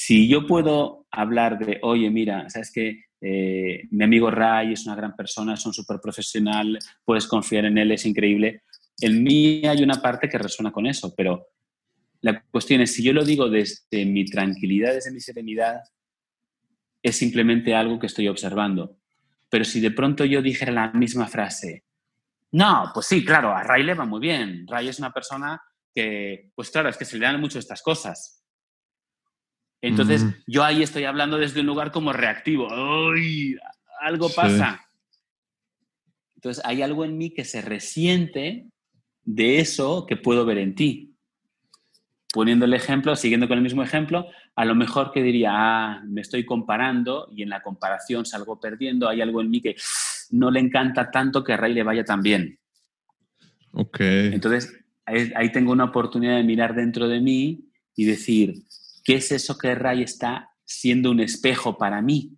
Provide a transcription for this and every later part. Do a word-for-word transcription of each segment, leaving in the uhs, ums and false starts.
Si yo puedo hablar de, oye, mira, sabes que eh, mi amigo Ray es una gran persona, es un súper profesional, puedes confiar en él, es increíble. En mí hay una parte que resuena con eso, pero la cuestión es, si yo lo digo desde mi tranquilidad, desde mi serenidad, es simplemente algo que estoy observando. Pero si de pronto yo dijera la misma frase, no, pues sí, claro, a Ray le va muy bien. Ray es una persona que, pues claro, es que se le dan mucho estas cosas. Entonces, Mm, yo ahí estoy hablando desde un lugar como reactivo. ¡Uy! Algo sí. pasa. Entonces, hay algo en mí que se resiente de eso que puedo ver en ti. Poniendo el ejemplo, siguiendo con el mismo ejemplo, a lo mejor que diría, ah, me estoy comparando y en la comparación salgo perdiendo, hay algo en mí que no le encanta tanto que a Ray le vaya tan bien. Ok. Entonces, ahí, ahí tengo una oportunidad de mirar dentro de mí y decir, ¿qué es eso que Ray está siendo un espejo para mí?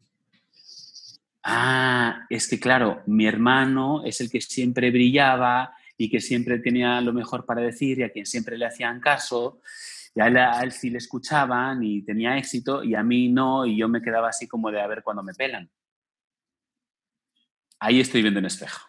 Ah, es que claro, mi hermano es el que siempre brillaba y que siempre tenía lo mejor para decir y a quien siempre le hacían caso. Y a él, a él sí le escuchaban y tenía éxito y a mí no, y yo me quedaba así como de a ver cuándo me pelan. Ahí estoy viendo un espejo.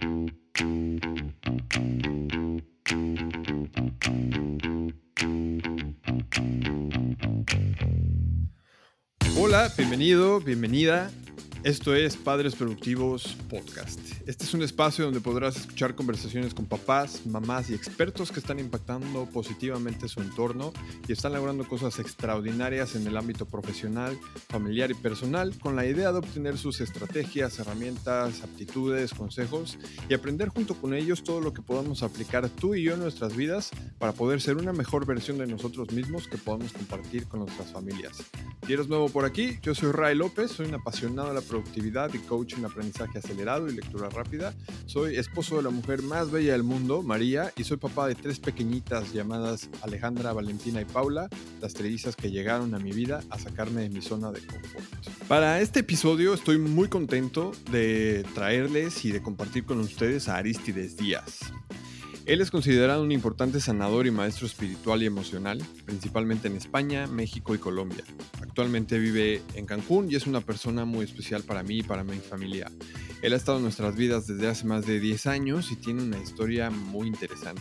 Hola, bienvenido, bienvenida. Esto es Padres Productivos Podcast. Este es un espacio donde podrás escuchar conversaciones con papás, mamás y expertos que están impactando positivamente su entorno y están logrando cosas extraordinarias en el ámbito profesional, familiar y personal, con la idea de obtener sus estrategias, herramientas, aptitudes, consejos y aprender junto con ellos todo lo que podamos aplicar tú y yo en nuestras vidas para poder ser una mejor versión de nosotros mismos que podamos compartir con nuestras familias. Si eres nuevo por aquí, yo soy Ray López, soy un apasionado de la productividad y coach en aprendizaje acelerado y lectura rápida. Soy esposo de la mujer más bella del mundo, María, y soy papá de tres pequeñitas llamadas Alejandra, Valentina y Paula, las trellizas que llegaron a mi vida a sacarme de mi zona de confort. Para este episodio estoy muy contento de traerles y de compartir con ustedes a Arístides Díaz. Él es considerado un importante sanador y maestro espiritual y emocional, principalmente en España, México y Colombia. Actualmente vive en Cancún y es una persona muy especial para mí y para mi familia. Él ha estado en nuestras vidas desde hace más de diez años y tiene una historia muy interesante.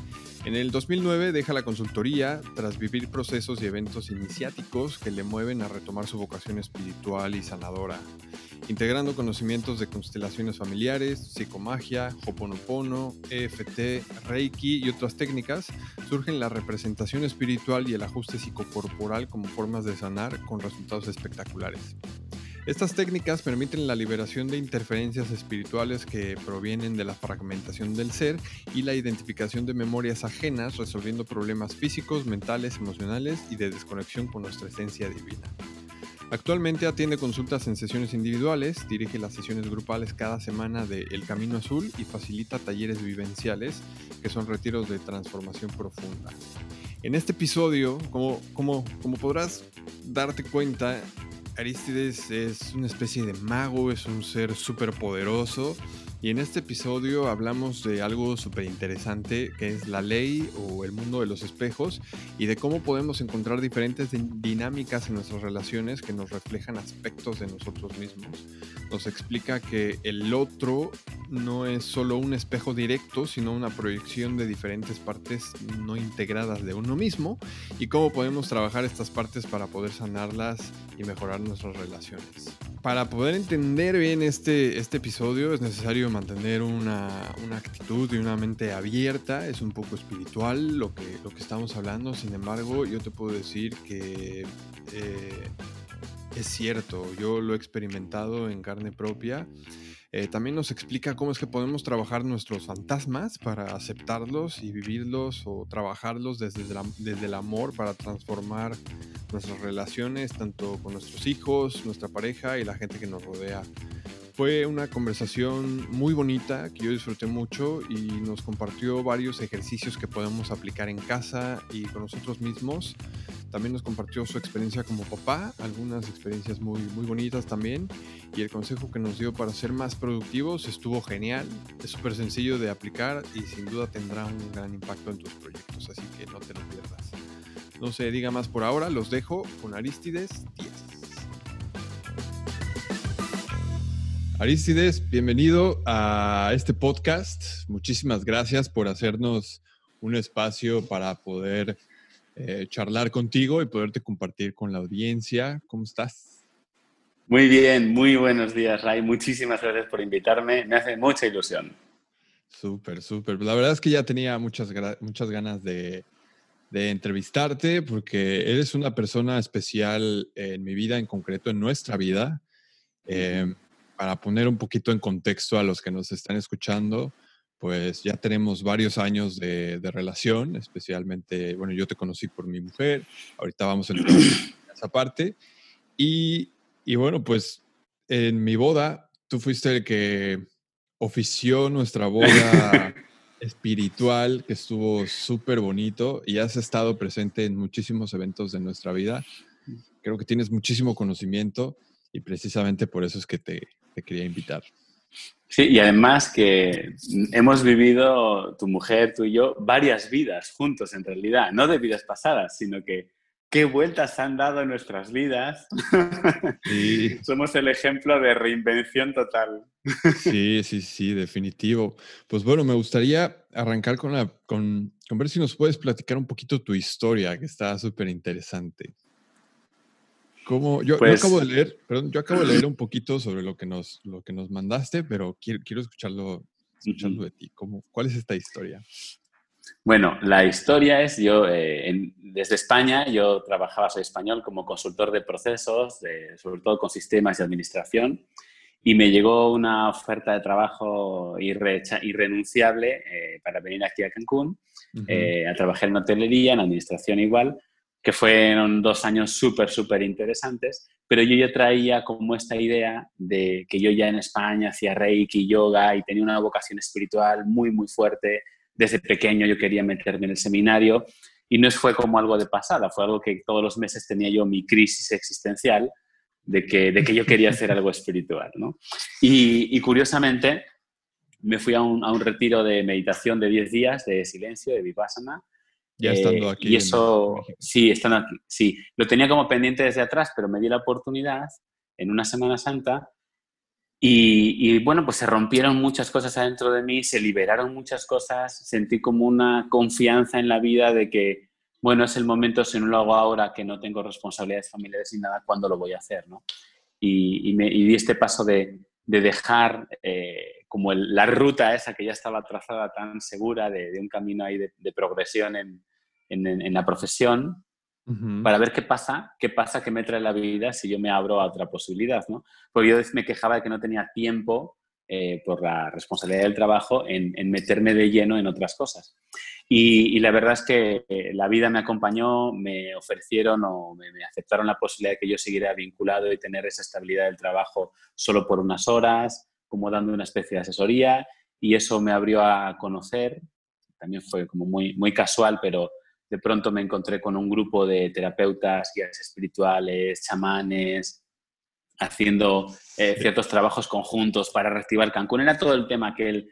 En el dos mil nueve deja la consultoría tras vivir procesos y eventos iniciáticos que le mueven a retomar su vocación espiritual y sanadora, integrando conocimientos de constelaciones familiares, psicomagia, Ho'oponopono, E F T, Reiki y otras técnicas. Surgen la representación espiritual y el ajuste psicocorporal como formas de sanar con resultados espectaculares. Estas técnicas permiten la liberación de interferencias espirituales que provienen de la fragmentación del ser y la identificación de memorias ajenas, resolviendo problemas físicos, mentales, emocionales y de desconexión con nuestra esencia divina. Actualmente atiende consultas en sesiones individuales, dirige las sesiones grupales cada semana de El Camino Azul y facilita talleres vivenciales, que son retiros de transformación profunda. En este episodio, como, como, como podrás darte cuenta, Arístides es una especie de mago, es un ser súper poderoso. Y en este episodio hablamos de algo súper interesante que es la ley o el mundo de los espejos y de cómo podemos encontrar diferentes dinámicas en nuestras relaciones que nos reflejan aspectos de nosotros mismos. Nos explica que el otro no es solo un espejo directo, sino una proyección de diferentes partes no integradas de uno mismo y cómo podemos trabajar estas partes para poder sanarlas y mejorar nuestras relaciones. Para poder entender bien este, este episodio es necesario mantener una, una actitud y una mente abierta. Es un poco espiritual lo que, lo que estamos hablando. Sin embargo, yo te puedo decir que eh, es cierto. Yo lo he experimentado en carne propia. Eh, también nos explica cómo es que podemos trabajar nuestros fantasmas para aceptarlos y vivirlos o trabajarlos desde, la, desde el amor para transformar nuestras relaciones, tanto con nuestros hijos, nuestra pareja y la gente que nos rodea. Fue una conversación muy bonita que yo disfruté mucho y nos compartió varios ejercicios que podemos aplicar en casa y con nosotros mismos. También nos compartió su experiencia como papá, algunas experiencias muy, muy bonitas también, y el consejo que nos dio para ser más productivos estuvo genial. Es súper sencillo de aplicar y sin duda tendrá un gran impacto en tus proyectos, así que no te lo pierdas. no se diga más por ahora, los dejo con Arístides Díaz. Arístides, bienvenido a este podcast. Muchísimas gracias por hacernos un espacio para poder eh, charlar contigo y poderte compartir con la audiencia. ¿Cómo estás? Muy bien, muy buenos días, Ray. Muchísimas gracias por invitarme. Me hace mucha ilusión. Súper, súper. La verdad es que ya tenía muchas, muchas ganas de, de entrevistarte porque eres una persona especial en mi vida, en concreto en nuestra vida. Eh, para poner un poquito en contexto a los que nos están escuchando, pues ya tenemos varios años de, de relación, especialmente, bueno, yo te conocí por mi mujer, ahorita vamos a entrar en esa parte. Y, y bueno, pues en mi boda, tú fuiste el que ofició nuestra boda espiritual, que estuvo súper bonito y has estado presente en muchísimos eventos de nuestra vida. Creo que tienes muchísimo conocimiento y precisamente por eso es que te, te quería invitar. Sí, y además que hemos vivido, tu mujer, tú y yo, varias vidas juntos en realidad, no de vidas pasadas, sino que qué vueltas han dado en nuestras vidas. Sí. Somos el ejemplo de reinvención total. Sí, sí, sí, definitivo. Pues bueno, me gustaría arrancar con, la, con, con ver si nos puedes platicar un poquito tu historia, que está súper interesante. ¿Cómo? Yo, pues, yo acabo de leer, perdón, yo acabo de leer un poquito sobre lo que nos, lo que nos mandaste, pero quiero, quiero escucharlo, escucharlo uh-huh. de ti. ¿Cómo, ¿Cuál es esta historia? Bueno, la historia es, yo eh, en, desde España, yo trabajaba, soy español, como consultor de procesos, de, sobre todo con sistemas de administración, y me llegó una oferta de trabajo irre, irrenunciable eh, para venir aquí a Cancún, uh-huh. eh, a trabajar en hotelería, en administración igual, que fueron dos años súper, súper interesantes, pero yo ya traía como esta idea de que yo ya en España hacía reiki, yoga y tenía una vocación espiritual muy, muy fuerte. Desde pequeño yo quería meterme en el seminario y no fue como algo de pasada, fue algo que todos los meses tenía yo mi crisis existencial de que, de que yo quería hacer algo espiritual, ¿no? Y, y curiosamente me fui a un, a un retiro de meditación de diez días de silencio, de Vipassana. Ya estando aquí. Eh, y eso, en sí, estando aquí, sí. Lo tenía como pendiente desde atrás, pero me di la oportunidad en una Semana Santa y, y bueno, pues se rompieron muchas cosas adentro de mí, se liberaron muchas cosas, sentí como una confianza en la vida de que, bueno, es el momento, si no lo hago ahora, que no tengo responsabilidades familiares ni nada, ¿cuándo lo voy a hacer, no? Y, y, me, y di este paso de, de dejar eh, como el, la ruta esa que ya estaba trazada tan segura de, de un camino ahí de, de progresión en, en, en la profesión, uh-huh. para ver qué pasa, qué pasa, qué me trae la vida si yo me abro a otra posibilidad, ¿no? Porque yo me quejaba de que no tenía tiempo eh, por la responsabilidad del trabajo en, en meterme de lleno en otras cosas. Y, y la verdad es que eh, la vida me acompañó, me ofrecieron o me, me aceptaron la posibilidad de que yo siguiera vinculado y tener esa estabilidad del trabajo solo por unas horas, como dando una especie de asesoría, y eso me abrió a conocer, también fue como muy, muy casual, pero de pronto me encontré con un grupo de terapeutas, guías espirituales, chamanes, haciendo eh, ciertos trabajos conjuntos para reactivar Cancún. Era todo el tema aquel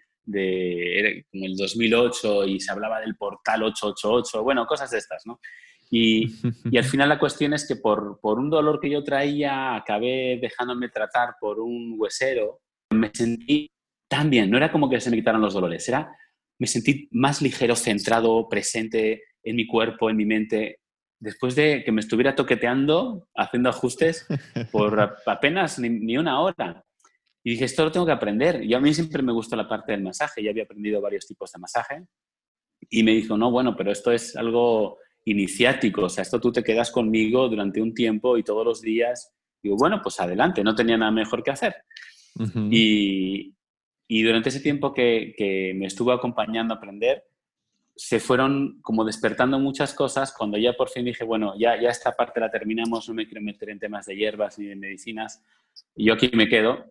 de era como el dos mil ocho y se hablaba del portal ochocientos ochenta y ocho, bueno, cosas de estas, ¿no? Y, y al final la cuestión es que por, por un dolor que yo traía, acabé dejándome tratar por un huesero, me sentí tan bien, no era como que se me quitaron los dolores, era, me sentí más ligero, centrado, presente en mi cuerpo, en mi mente, después de que me estuviera toqueteando, haciendo ajustes por apenas ni, ni una hora. Y dije, esto lo tengo que aprender. Y a mí siempre me gustó la parte del masaje. Ya había aprendido varios tipos de masaje. Y me dijo, no, bueno, pero esto es algo iniciático. O sea, esto tú te quedas conmigo durante un tiempo y todos los días. Digo, bueno, pues adelante. No tenía nada mejor que hacer. Uh-huh. Y, y durante ese tiempo que, que me estuvo acompañando a aprender, se fueron como despertando muchas cosas cuando ya por fin dije, bueno, ya, ya esta parte la terminamos, no me quiero meter en temas de hierbas ni de medicinas, y yo aquí me quedo.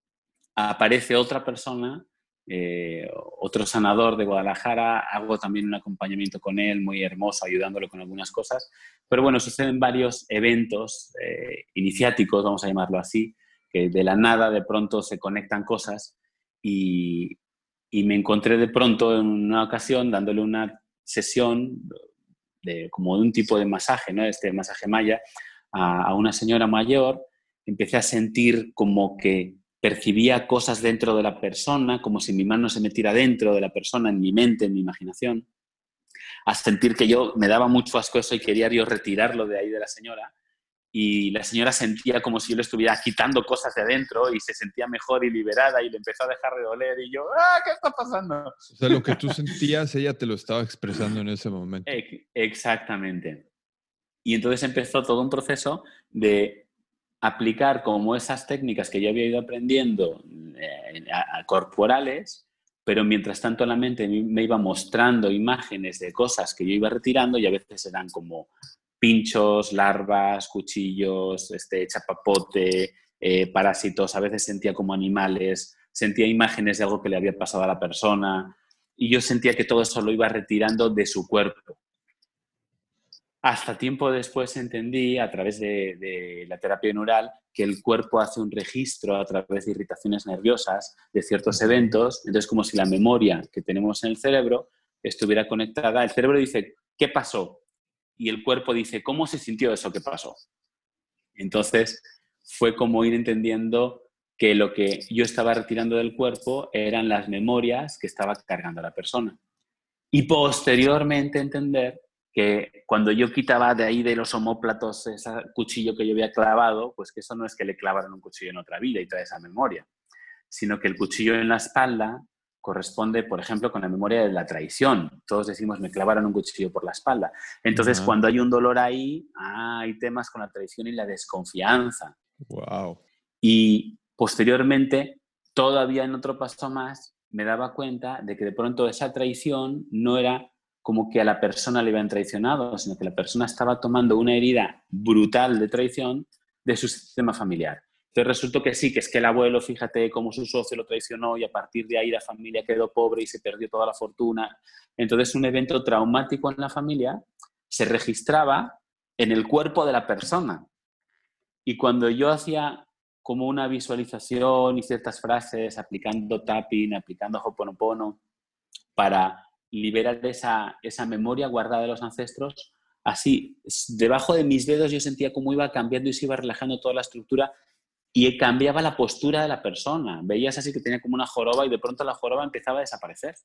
Aparece otra persona, eh, otro sanador de Guadalajara, hago también un acompañamiento con él, muy hermoso, ayudándolo con algunas cosas, pero bueno, suceden varios eventos eh, iniciáticos, vamos a llamarlo así, que de la nada de pronto se conectan cosas y... Y me encontré de pronto en una ocasión dándole una sesión de como de un tipo de masaje, ¿no? Este masaje maya, a, a una señora mayor, empecé a sentir como que percibía cosas dentro de la persona, como si mi mano se metiera dentro de la persona, en mi mente, en mi imaginación, a sentir que yo me daba mucho asco eso y quería yo retirarlo de ahí de la señora. Y la señora sentía como si yo le estuviera quitando cosas de adentro y se sentía mejor y liberada y le empezó a dejar de doler y yo, ¡ah, qué está pasando! O sea, lo que tú sentías, ella te lo estaba expresando en ese momento. Exactamente. Y entonces empezó todo un proceso de aplicar como esas técnicas que yo había ido aprendiendo eh, a, a corporales, pero mientras tanto la mente me iba mostrando imágenes de cosas que yo iba retirando y a veces eran como pinchos, larvas, cuchillos, este, chapapote, eh, parásitos, a veces sentía como animales, sentía imágenes de algo que le había pasado a la persona y yo sentía que todo eso lo iba retirando de su cuerpo. Hasta tiempo después entendí, a través de, de la terapia neural, que el cuerpo hace un registro a través de irritaciones nerviosas de ciertos Ujú. eventos. Entonces, como si la memoria que tenemos en el cerebro estuviera conectada. El cerebro dice, ¿qué pasó? Y el cuerpo dice, ¿cómo se sintió eso que pasó? Entonces, fue como ir entendiendo que lo que yo estaba retirando del cuerpo eran las memorias que estaba cargando la persona. Y posteriormente entender que cuando yo quitaba de ahí de los omóplatos ese cuchillo que yo había clavado, pues que eso no es que le clavaron un cuchillo en otra vida y toda esa memoria, sino que el cuchillo en la espalda corresponde, por ejemplo, con la memoria de la traición. Todos decimos, me clavaron un cuchillo por la espalda. Entonces, Ajá. cuando hay un dolor ahí, ah, hay temas con la traición y la desconfianza. Wow. Y posteriormente, todavía en otro paso más, me daba cuenta de que de pronto esa traición no era como que a la persona le habían traicionado, sino que la persona estaba tomando una herida brutal de traición de su sistema familiar. Entonces resultó que sí, que es que el abuelo, fíjate cómo su socio lo traicionó y a partir de ahí la familia quedó pobre y se perdió toda la fortuna. Entonces un evento traumático en la familia se registraba en el cuerpo de la persona. Y cuando yo hacía como una visualización y ciertas frases, aplicando tapping, aplicando Ho'oponopono, para liberar esa, esa memoria guardada de los ancestros, así, debajo de mis dedos yo sentía cómo iba cambiando y se iba relajando toda la estructura y cambiaba la postura de la persona. Veías así que tenía como una joroba y de pronto la joroba empezaba a desaparecer.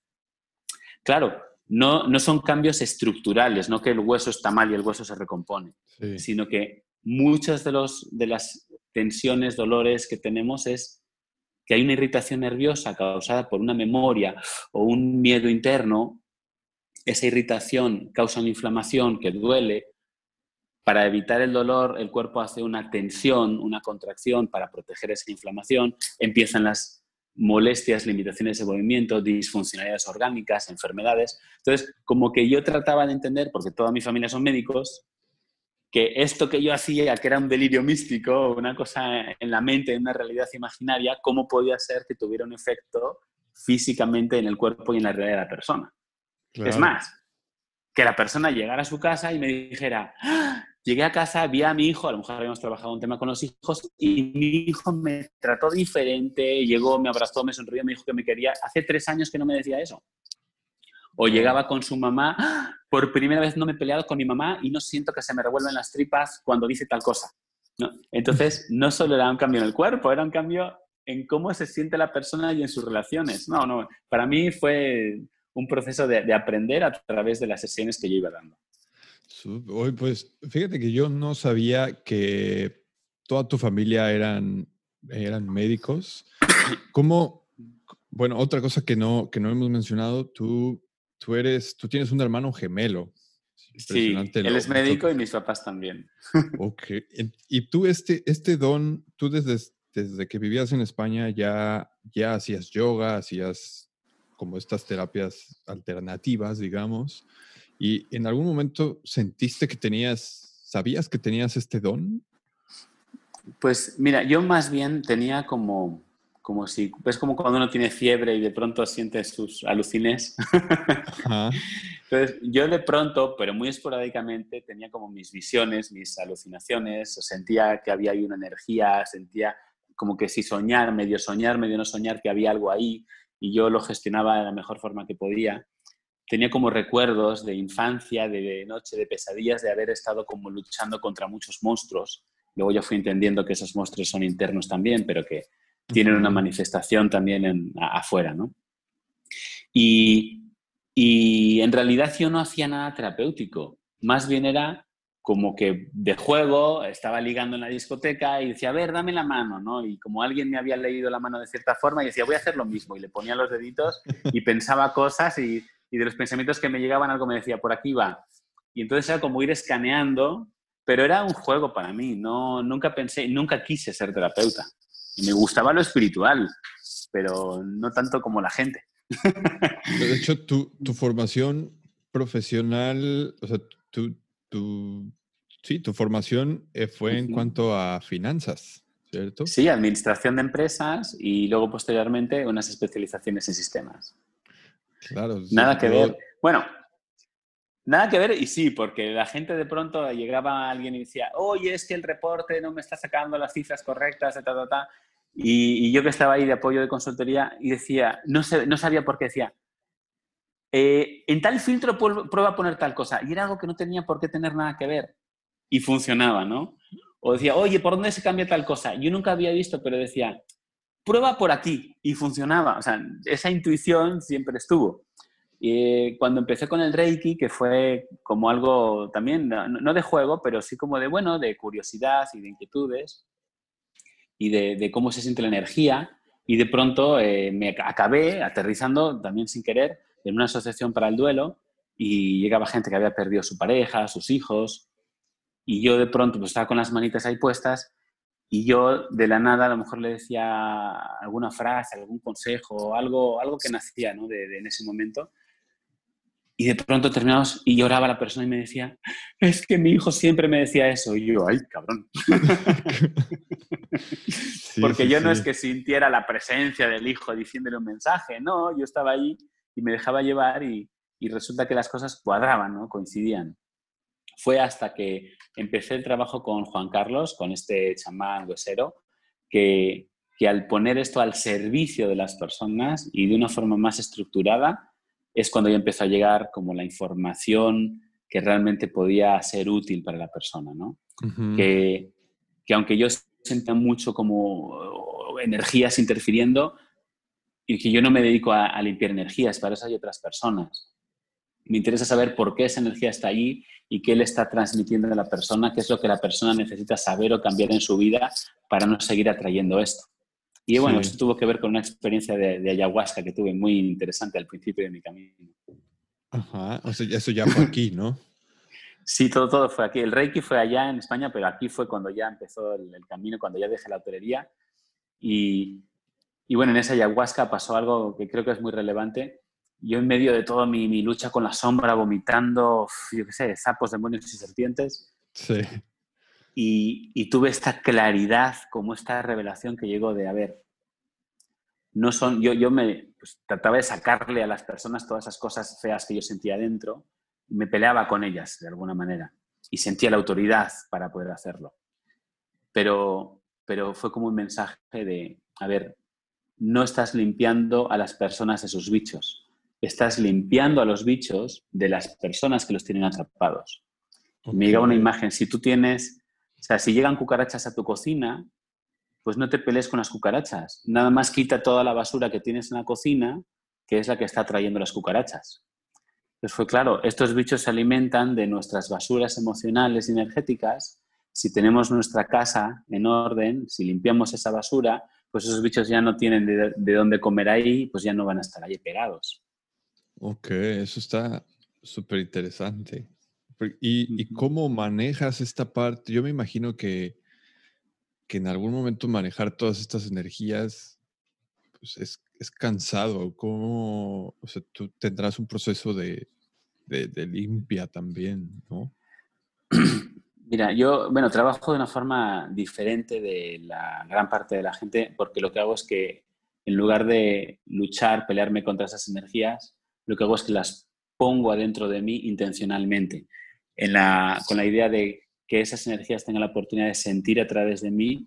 Claro, no, no son cambios estructurales, no que el hueso está mal y el hueso se recompone, Sí. sino que muchas de, los, de las tensiones, dolores que tenemos es que hay una irritación nerviosa causada por una memoria o un miedo interno. Esa irritación causa una inflamación que duele. Para evitar el dolor, el cuerpo hace una tensión, una contracción para proteger esa inflamación. Empiezan las molestias, limitaciones de movimiento, disfuncionalidades orgánicas, enfermedades. Entonces, como que yo trataba de entender, porque toda mi familia son médicos, que esto que yo hacía, que era un delirio místico, una cosa en la mente, en una realidad imaginaria, cómo podía ser que tuviera un efecto físicamente en el cuerpo y en la realidad de la persona. Es Claro. más, que la persona llegara a su casa y me dijera, ¡ah! Llegué a casa, vi a mi hijo, a lo mejor habíamos trabajado un tema con los hijos, y mi hijo me trató diferente, llegó, me abrazó, me sonrió, me dijo que me quería. Hace tres años que no me decía eso. O Wow. llegaba con su mamá, ¡ah! Por primera vez no me he peleado con mi mamá y no siento que se me revuelven las tripas cuando dice tal cosa, ¿no? Entonces, no solo era un cambio en el cuerpo, era un cambio en cómo se siente la persona y en sus relaciones. No, no, para mí fue un proceso de, de aprender a través de las sesiones que yo iba dando. Hoy, pues, fíjate que yo no sabía que toda tu familia eran, eran médicos. ¿Cómo? Bueno, otra cosa que no, que no hemos mencionado, tú, tú eres, tú tienes un hermano gemelo. Es Sí, impresionante él lo es mucho que médico y se... mis papás también. Ok. En- Y tú, este, este don, tú desde, desde que vivías en España ya, ya hacías yoga, hacías como estas terapias alternativas, digamos. ¿Y en algún momento sentiste que tenías, sabías que tenías este don? Pues mira, yo más bien tenía como, como si, ves como cuando uno tiene fiebre y de pronto siente sus alucines. Ajá. Entonces, yo de pronto, pero muy esporádicamente, tenía como mis visiones, mis alucinaciones, sentía que había ahí una energía, sentía como que si soñar, medio soñar, medio no soñar, que había algo ahí y yo lo gestionaba de la mejor forma que podía. tenía como recuerdos de infancia, de, de noche, de pesadillas, de haber estado como luchando contra muchos monstruos. Luego yo fui entendiendo que esos monstruos son internos también, pero que tienen una manifestación también en, a, afuera, ¿no? Y, y en realidad yo no hacía nada terapéutico. Más bien era como que de juego, estaba ligando en la discoteca y decía, a ver, dame la mano, ¿no? Y como alguien me había leído la mano de cierta forma, y decía, voy a hacer lo mismo. Y le ponía los deditos y pensaba cosas y, y de los pensamientos que me llegaban algo me decía, por aquí va. Y entonces era como ir escaneando, pero era un juego para mí. No, nunca pensé, nunca quise ser terapeuta. Y me gustaba lo espiritual, pero no tanto como la gente. De hecho, tu, tu formación profesional, o sea, tu, tu, sí, tu formación eh, fue en cuanto a finanzas, ¿cierto? Sí, administración de empresas y luego posteriormente unas especializaciones en sistemas. Claro. Nada Sí, que yo... ver. Bueno, nada que ver y sí, porque la gente de pronto llegaba alguien y decía, oye, es que el reporte no me está sacando las cifras correctas, ta, ta, ta. Y, y yo que estaba ahí de apoyo de consultoría y decía, no, sé, no sabía por qué, decía, eh, en tal filtro prueba a poner tal cosa. Y era algo que no tenía por qué tener nada que ver. Y funcionaba, ¿no? O decía, oye, ¿por dónde se cambia tal cosa? Yo nunca había visto, pero decía, prueba por aquí. Y funcionaba. O sea, esa intuición siempre estuvo. Y cuando empecé con el Reiki, que fue como algo también, no, no de juego, pero sí como de, bueno, de curiosidad y de inquietudes y de, de cómo se siente la energía. Y de pronto eh, me acabé aterrizando, también sin querer, en una asociación para el duelo y llegaba gente que había perdido su pareja, sus hijos. Y yo de pronto pues, estaba con las manitas ahí puestas y yo de la nada a lo mejor le decía alguna frase, algún consejo, algo, algo que nacía, ¿no? de, de, en ese momento. Y de pronto terminamos y lloraba la persona y me decía, es que mi hijo siempre me decía eso. Y yo, ay, cabrón. Sí, Porque sí, yo no sí. es que sintiera la presencia del hijo diciéndole un mensaje, no, yo estaba ahí y me dejaba llevar y, y resulta que las cosas cuadraban, ¿no? Coincidían. Fue hasta que empecé el trabajo con Juan Carlos, con este chamán huesero, que, que al poner esto al servicio de las personas y de una forma más estructurada, es cuando ya empezó a llegar como la información que realmente podía ser útil para la persona, ¿no? Uh-huh. Que, que aunque yo sentía mucho como energías interfiriendo, y que yo no me dedico a, a limpiar energías, para eso hay otras personas. Me interesa saber por qué esa energía está ahí y qué le está transmitiendo a la persona, qué es lo que la persona necesita saber o cambiar en su vida para no seguir atrayendo esto. Y bueno, sí. Esto tuvo que ver con una experiencia de, de ayahuasca que tuve muy interesante al principio de mi camino. Ajá, o sea, eso ya fue aquí, ¿no? Sí, todo, todo fue aquí. El Reiki fue allá en España, pero aquí fue cuando ya empezó el, el camino, cuando ya dejé la hotelería. Y, y bueno, en esa ayahuasca pasó algo que creo que es muy relevante. Yo en medio de toda mi, mi lucha con la sombra, vomitando, yo qué sé, sapos, demonios y serpientes. Sí. Y, y tuve esta claridad, como esta revelación que llegó de, a ver, no son, yo, yo me pues, trataba de sacarle a las personas todas esas cosas feas que yo sentía dentro y me peleaba con ellas de alguna manera y sentía la autoridad para poder hacerlo. Pero, pero fue como un mensaje de, a ver, no estás limpiando a las personas de sus bichos, estás limpiando a los bichos de las personas que los tienen atrapados. Okay. Me llegaba una imagen, si tú tienes, o sea, si llegan cucarachas a tu cocina, pues no te pelees con las cucarachas, nada más quita toda la basura que tienes en la cocina, que es la que está trayendo las cucarachas. Pues fue claro, estos bichos se alimentan de nuestras basuras emocionales y energéticas. Si tenemos nuestra casa en orden, si limpiamos esa basura, pues esos bichos ya no tienen de, de dónde comer ahí, pues ya no van a estar ahí pegados. Ok, eso está súper interesante. ¿Y, uh-huh. ¿Y cómo manejas esta parte? Yo me imagino que, que en algún momento manejar todas estas energías pues es, es cansado. ¿Cómo? O sea, tú tendrás un proceso de, de, de limpia también, ¿no? Mira, yo, bueno, trabajo de una forma diferente de la gran parte de la gente porque lo que hago es que en lugar de luchar, pelearme contra esas energías, lo que hago es que las pongo adentro de mí intencionalmente, en la, con la idea de que esas energías tengan la oportunidad de sentir a través de mí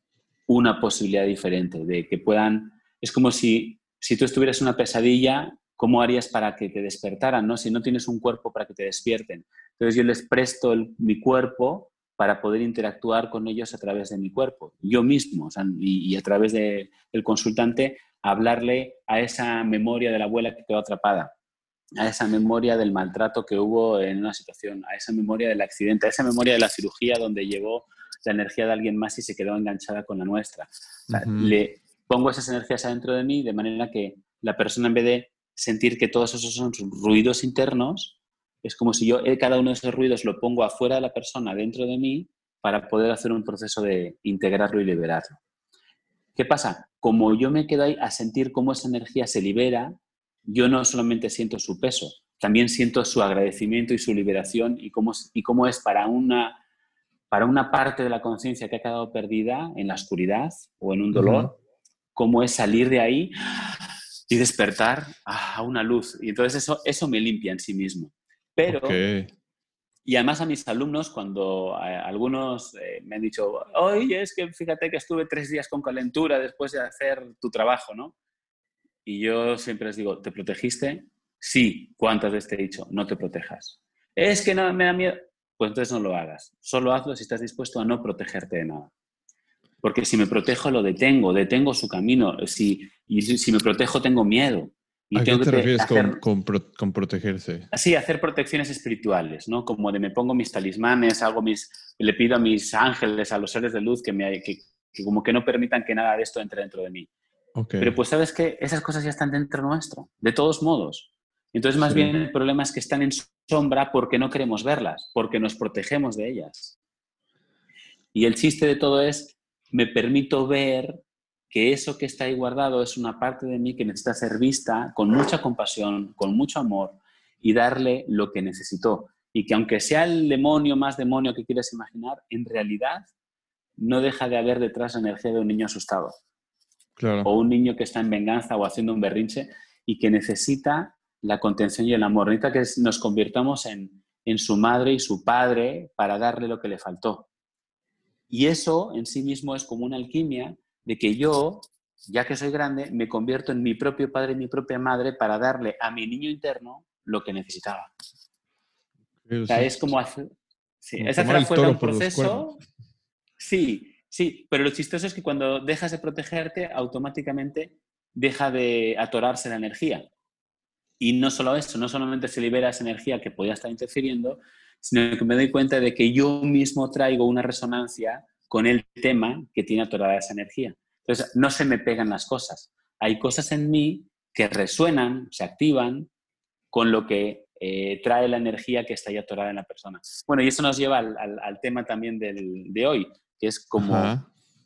una posibilidad diferente, de que puedan, es como si, si tú estuvieras en una pesadilla ¿cómo harías para que te despertaran, ¿no? Si no tienes un cuerpo para que te despierten. Entonces yo les presto el, mi cuerpo para poder interactuar con ellos a través de mi cuerpo, yo mismo, o sea, y, y a través del de consultante, hablarle a esa memoria de la abuela que quedó atrapada, a esa memoria del maltrato que hubo en una situación, a esa memoria del accidente, a esa memoria de la cirugía donde llevó la energía de alguien más y se quedó enganchada con la nuestra. O sea, Uh-huh. le pongo esas energías adentro de mí de manera que la persona, en vez de sentir que todos esos son ruidos internos, es como si yo cada uno de esos ruidos lo pongo afuera de la persona, dentro de mí, para poder hacer un proceso de integrarlo y liberarlo. ¿Qué pasa? Como yo me quedo ahí a sentir cómo esa energía se libera, yo no solamente siento su peso, también siento su agradecimiento y su liberación y cómo, y cómo es para una, para una parte de la conciencia que ha quedado perdida en la oscuridad o en un dolor, uh-huh. cómo es salir de ahí y despertar a una luz. Y entonces eso, eso me limpia en sí mismo. Pero, okay. Y además a mis alumnos, cuando eh, algunos eh, me han dicho, oye, es que fíjate que estuve tres días con calentura después de hacer tu trabajo, ¿no? Y yo siempre les digo, ¿te protegiste? Sí. ¿Cuántas veces te he dicho? No te protejas. Es que no me da miedo. Pues entonces no lo hagas. Solo hazlo si estás dispuesto a no protegerte de nada. Porque si me protejo, lo detengo, detengo su camino. Si, y si me protejo, tengo miedo. Y ¿A tengo qué te que refieres hacer, con, con, pro, con protegerse? Sí, hacer protecciones espirituales, ¿no? Como de me pongo mis talismanes, hago mis, le pido a mis ángeles, a los seres de luz, que, me, que, que como que no permitan que nada de esto entre dentro de mí. Okay. Pero pues sabes que esas cosas ya están dentro nuestro, de todos modos. Entonces más sí. bien el problema es que están en sombra porque no queremos verlas, porque nos protegemos de ellas. Y el chiste de todo es, me permito ver que eso que está ahí guardado es una parte de mí que necesita ser vista con mucha compasión, con mucho amor y darle lo que necesitó. Y que aunque sea el demonio más demonio que quieras imaginar, en realidad no deja de haber detrás la energía de un niño asustado. Claro. O un niño que está en venganza o haciendo un berrinche y que necesita la contención y el amor. Necesita que nos convirtamos en, en su madre y su padre para darle lo que le faltó. Y eso en sí mismo es como una alquimia de que yo, ya que soy grande, me convierto en mi propio padre y mi propia madre para darle a mi niño interno lo que necesitaba. Pero o sea, sí, es como hacer, sí, como es hacer el afuera toro un por los proceso. Sí, sí, pero lo chistoso es que cuando dejas de protegerte, automáticamente deja de atorarse la energía. Y no solo eso, no solamente se libera esa energía que podía estar interfiriendo, sino que me doy cuenta de que yo mismo traigo una resonancia con el tema que tiene atorada esa energía. Entonces, no se me pegan las cosas. Hay cosas en mí que resuenan, se activan con lo que eh, trae la energía que está ahí atorada en la persona. Bueno, y eso nos lleva al, al, al tema también del, de hoy, que es como Ajá.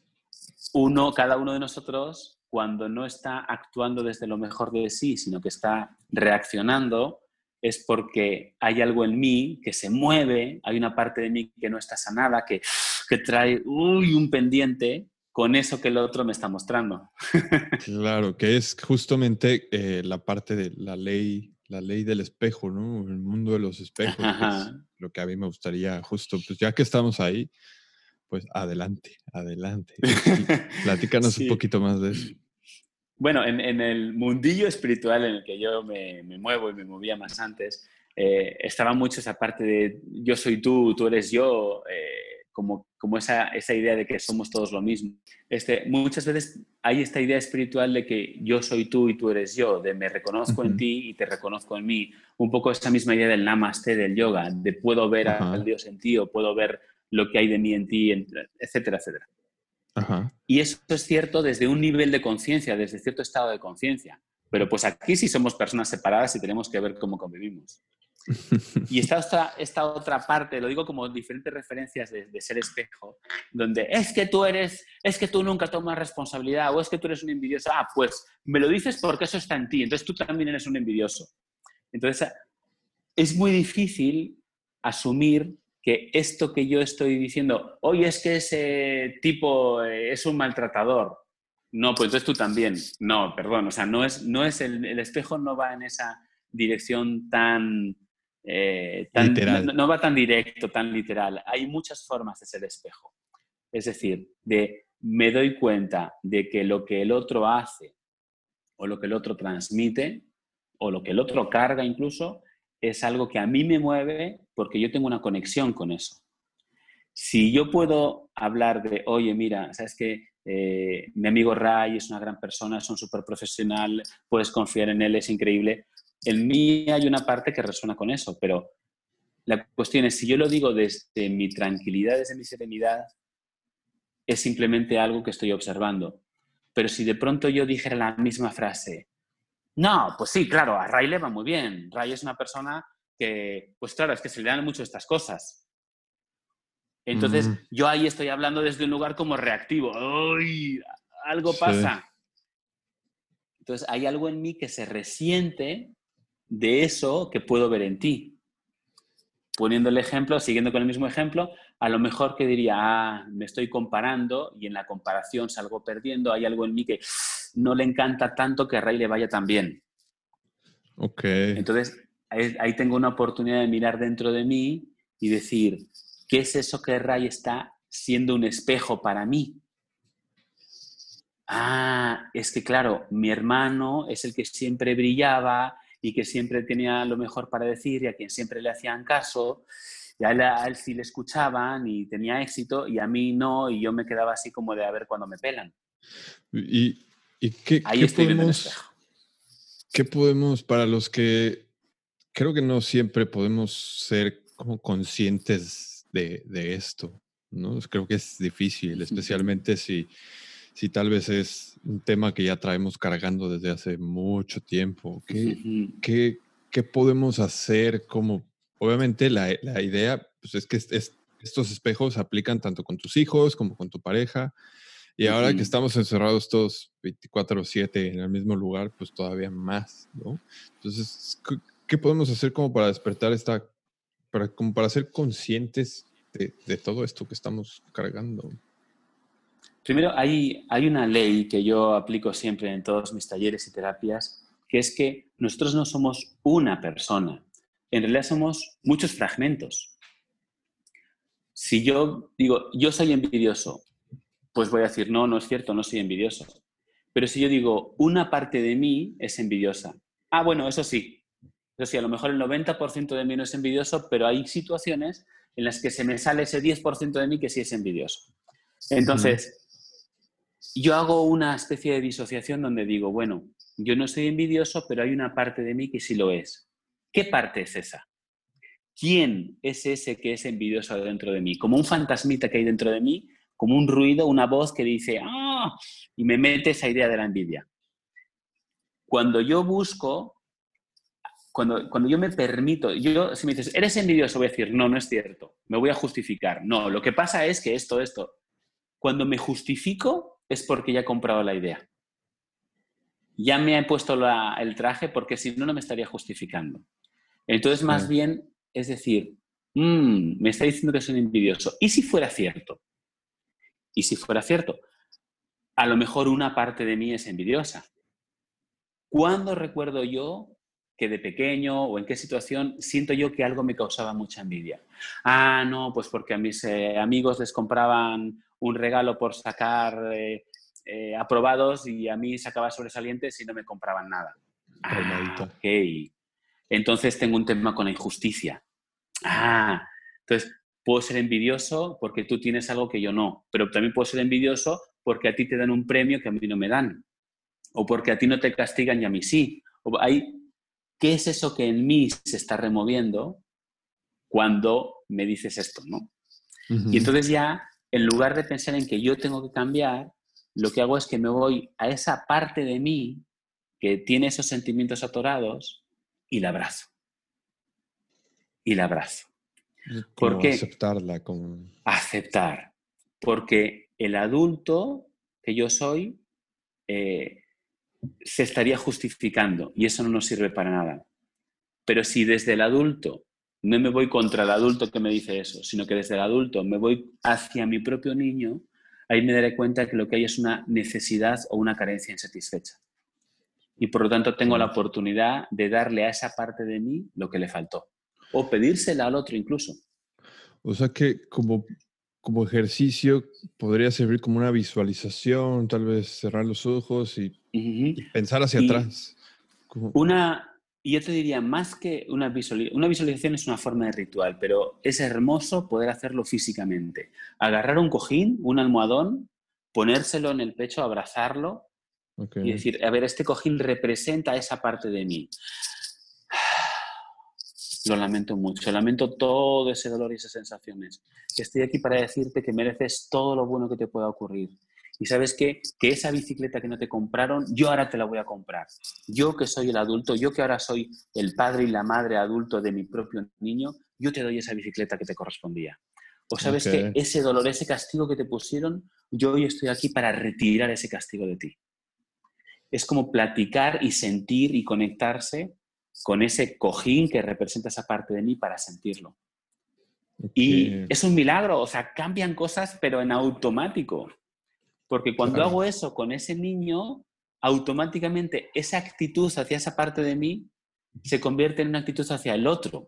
uno, cada uno de nosotros, cuando no está actuando desde lo mejor de sí, sino que está reaccionando, es porque hay algo en mí que se mueve, hay una parte de mí que no está sanada, que, que trae uy, un pendiente con eso que el otro me está mostrando. Claro, que es justamente eh, la parte de la ley, la ley del espejo, ¿no? El mundo de los espejos, que es lo que a mí me gustaría justo, pues ya que estamos ahí, pues adelante, adelante. Platícanos sí. un poquito más de eso. Bueno, en, en el mundillo espiritual en el que yo me, me muevo y me movía más antes, eh, estaba mucho esa parte de yo soy tú, tú eres yo, eh, como, como esa, esa idea de que somos todos lo mismo. Este, muchas veces hay esta idea espiritual de que yo soy tú y tú eres yo, de me reconozco uh-huh. en ti y te reconozco en mí. Un poco esa misma idea del namaste, del yoga, de puedo ver uh-huh. al Dios en ti o puedo ver lo que hay de mí en ti, etcétera, etcétera. Ajá. Y eso es cierto desde un nivel de conciencia, desde cierto estado de conciencia. Pero pues aquí sí somos personas separadas y tenemos que ver cómo convivimos. Y esta otra, esta otra parte, lo digo como diferentes referencias de, de ser espejo, donde es que tú eres, es que tú nunca tomas responsabilidad o es que tú eres un envidioso. Ah, pues me lo dices porque eso está en ti, entonces tú también eres un envidioso. Entonces es muy difícil asumir que esto que yo estoy diciendo, oye, es que ese tipo es un maltratador. No, pues entonces tú también. No, perdón, o sea, no es, no es el, el espejo no va en esa dirección tan, eh, tan literal. No, no va tan directo, tan literal. Hay muchas formas de ser espejo. Es decir, de me doy cuenta de que lo que el otro hace o lo que el otro transmite o lo que el otro carga incluso, es algo que a mí me mueve porque yo tengo una conexión con eso. Si yo puedo hablar de, oye, mira, sabes que eh, mi amigo Ray es una gran persona, es un súper profesional, puedes confiar en él, es increíble. En mí hay una parte que resuena con eso, pero la cuestión es, si yo lo digo desde mi tranquilidad, desde mi serenidad, es simplemente algo que estoy observando. Pero si de pronto yo dijera la misma frase, no, pues sí, claro, a Ray le va muy bien. Ray es una persona que, pues claro, es que se le dan mucho estas cosas. Entonces, Mm, yo ahí estoy hablando desde un lugar como reactivo. ¡Ay! Algo sí. pasa. Entonces, hay algo en mí que se resiente de eso que puedo ver en ti. Poniendo el ejemplo, siguiendo con el mismo ejemplo, a lo mejor que diría, ah, me estoy comparando y en la comparación salgo perdiendo, hay algo en mí que no le encanta tanto que a Ray le vaya tan bien. Ok. Entonces, ahí, ahí tengo una oportunidad de mirar dentro de mí y decir, ¿qué es eso que Ray está siendo un espejo para mí? Ah, es que claro, mi hermano es el que siempre brillaba y que siempre tenía lo mejor para decir y a quien siempre le hacían caso. Y a él, a él sí le escuchaban y tenía éxito y a mí no, y yo me quedaba así como de a ver cuándo me pelan. ¿Y, y qué, Ahí qué estoy viendo un podemos, espejo. qué podemos, para los que creo que no siempre podemos ser como conscientes de, de esto, ¿no? Creo que es difícil, especialmente si, si tal vez es un tema que ya traemos cargando desde hace mucho tiempo. ¿Qué, qué, qué podemos hacer? Como, obviamente la, la idea pues es que es- es- estos espejos aplican tanto con tus hijos como con tu pareja. Y ahora que estamos encerrados todos veinticuatro siete en el mismo lugar, pues todavía más, ¿no? Entonces, ¿qué, qué podemos hacer como para despertar esta, para, como para ser conscientes de, de todo esto que estamos cargando? Primero, hay, hay una ley que yo aplico siempre en todos mis talleres y terapias, que es que nosotros no somos una persona, en realidad somos muchos fragmentos. Si yo digo, yo soy envidioso, pues voy a decir, no, no es cierto, no soy envidioso. Pero si yo digo, una parte de mí es envidiosa. Ah, bueno, eso sí. Eso sí, a lo mejor el noventa por ciento de mí no es envidioso, pero hay situaciones en las que se me sale ese diez por ciento de mí que sí es envidioso. Ujú. Entonces, yo hago una especie de disociación donde digo, bueno, yo no soy envidioso, pero hay una parte de mí que sí lo es. ¿Qué parte es esa? ¿Quién es ese que es envidioso dentro de mí? Como un fantasmita que hay dentro de mí, como un ruido, una voz que dice, ¡ah! Y me mete esa idea de la envidia. Cuando yo busco, cuando, cuando yo me permito, yo, si me dices, ¿eres envidioso? Voy a decir, no, no es cierto. Me voy a justificar. No, lo que pasa es que esto, esto. Cuando me justifico es porque ya he comprado la idea. Ya me he puesto la, el traje porque si no, no me estaría justificando. Entonces, Sí. más bien, es decir, mmm, me está diciendo que soy envidioso. ¿Y si fuera cierto? ¿Y si fuera cierto? A lo mejor una parte de mí es envidiosa. ¿Cuándo recuerdo yo que de pequeño o en qué situación siento yo que algo me causaba mucha envidia? Ah, no, pues porque a mis eh, amigos les compraban un regalo por sacar eh, eh, aprobados y a mí sacaba sobresalientes y no me compraban nada. Ah, Palmadita. ok. Entonces tengo un tema con la injusticia. Ah, entonces puedo ser envidioso porque tú tienes algo que yo no, pero también puedo ser envidioso porque a ti te dan un premio que a mí no me dan, o porque a ti no te castigan y a mí sí. O hay, ¿qué es eso que en mí se está removiendo cuando me dices esto, ¿no? Y Ujú. entonces ya, en lugar de pensar en que yo tengo que cambiar, lo que hago es que me voy a esa parte de mí que tiene esos sentimientos atorados y la abrazo. Y la abrazo. ¿Por Como qué? aceptarla, como... Aceptar. Porque el adulto que yo soy eh, se estaría justificando y eso no nos sirve para nada. Pero si desde el adulto no me voy contra el adulto que me dice eso, sino que desde el adulto me voy hacia mi propio niño, ahí me daré cuenta que lo que hay es una necesidad o una carencia insatisfecha. Y por lo tanto tengo la oportunidad de darle a esa parte de mí lo que le faltó. O pedírsela al otro incluso. O sea que como, como ejercicio podría servir como una visualización, tal vez cerrar los ojos y, Uh-huh. y pensar hacia Y atrás. Como, una, Y yo te diría, más que una visualización, una visualización es una forma de ritual, pero es hermoso poder hacerlo físicamente. Agarrar un cojín, un almohadón, ponérselo en el pecho, abrazarlo y Okay. decir, a ver, este cojín representa esa parte de mí. Lo lamento mucho, lamento todo ese dolor y esas sensaciones. Estoy aquí para decirte que mereces todo lo bueno que te pueda ocurrir. Y ¿sabes qué? Que esa bicicleta que no te compraron, yo ahora te la voy a comprar. Yo que soy el adulto, yo que ahora soy el padre y la madre adulto de mi propio niño, yo te doy esa bicicleta que te correspondía. O sabes que Okay. ese dolor, ese castigo que te pusieron, yo hoy estoy aquí para retirar ese castigo de ti. Es como platicar y sentir y conectarse con ese cojín que representa esa parte de mí para sentirlo. Y Okay. es un milagro, o sea, cambian cosas pero en automático. Porque cuando Claro. hago eso con ese niño, automáticamente esa actitud hacia esa parte de mí se convierte en una actitud hacia el otro.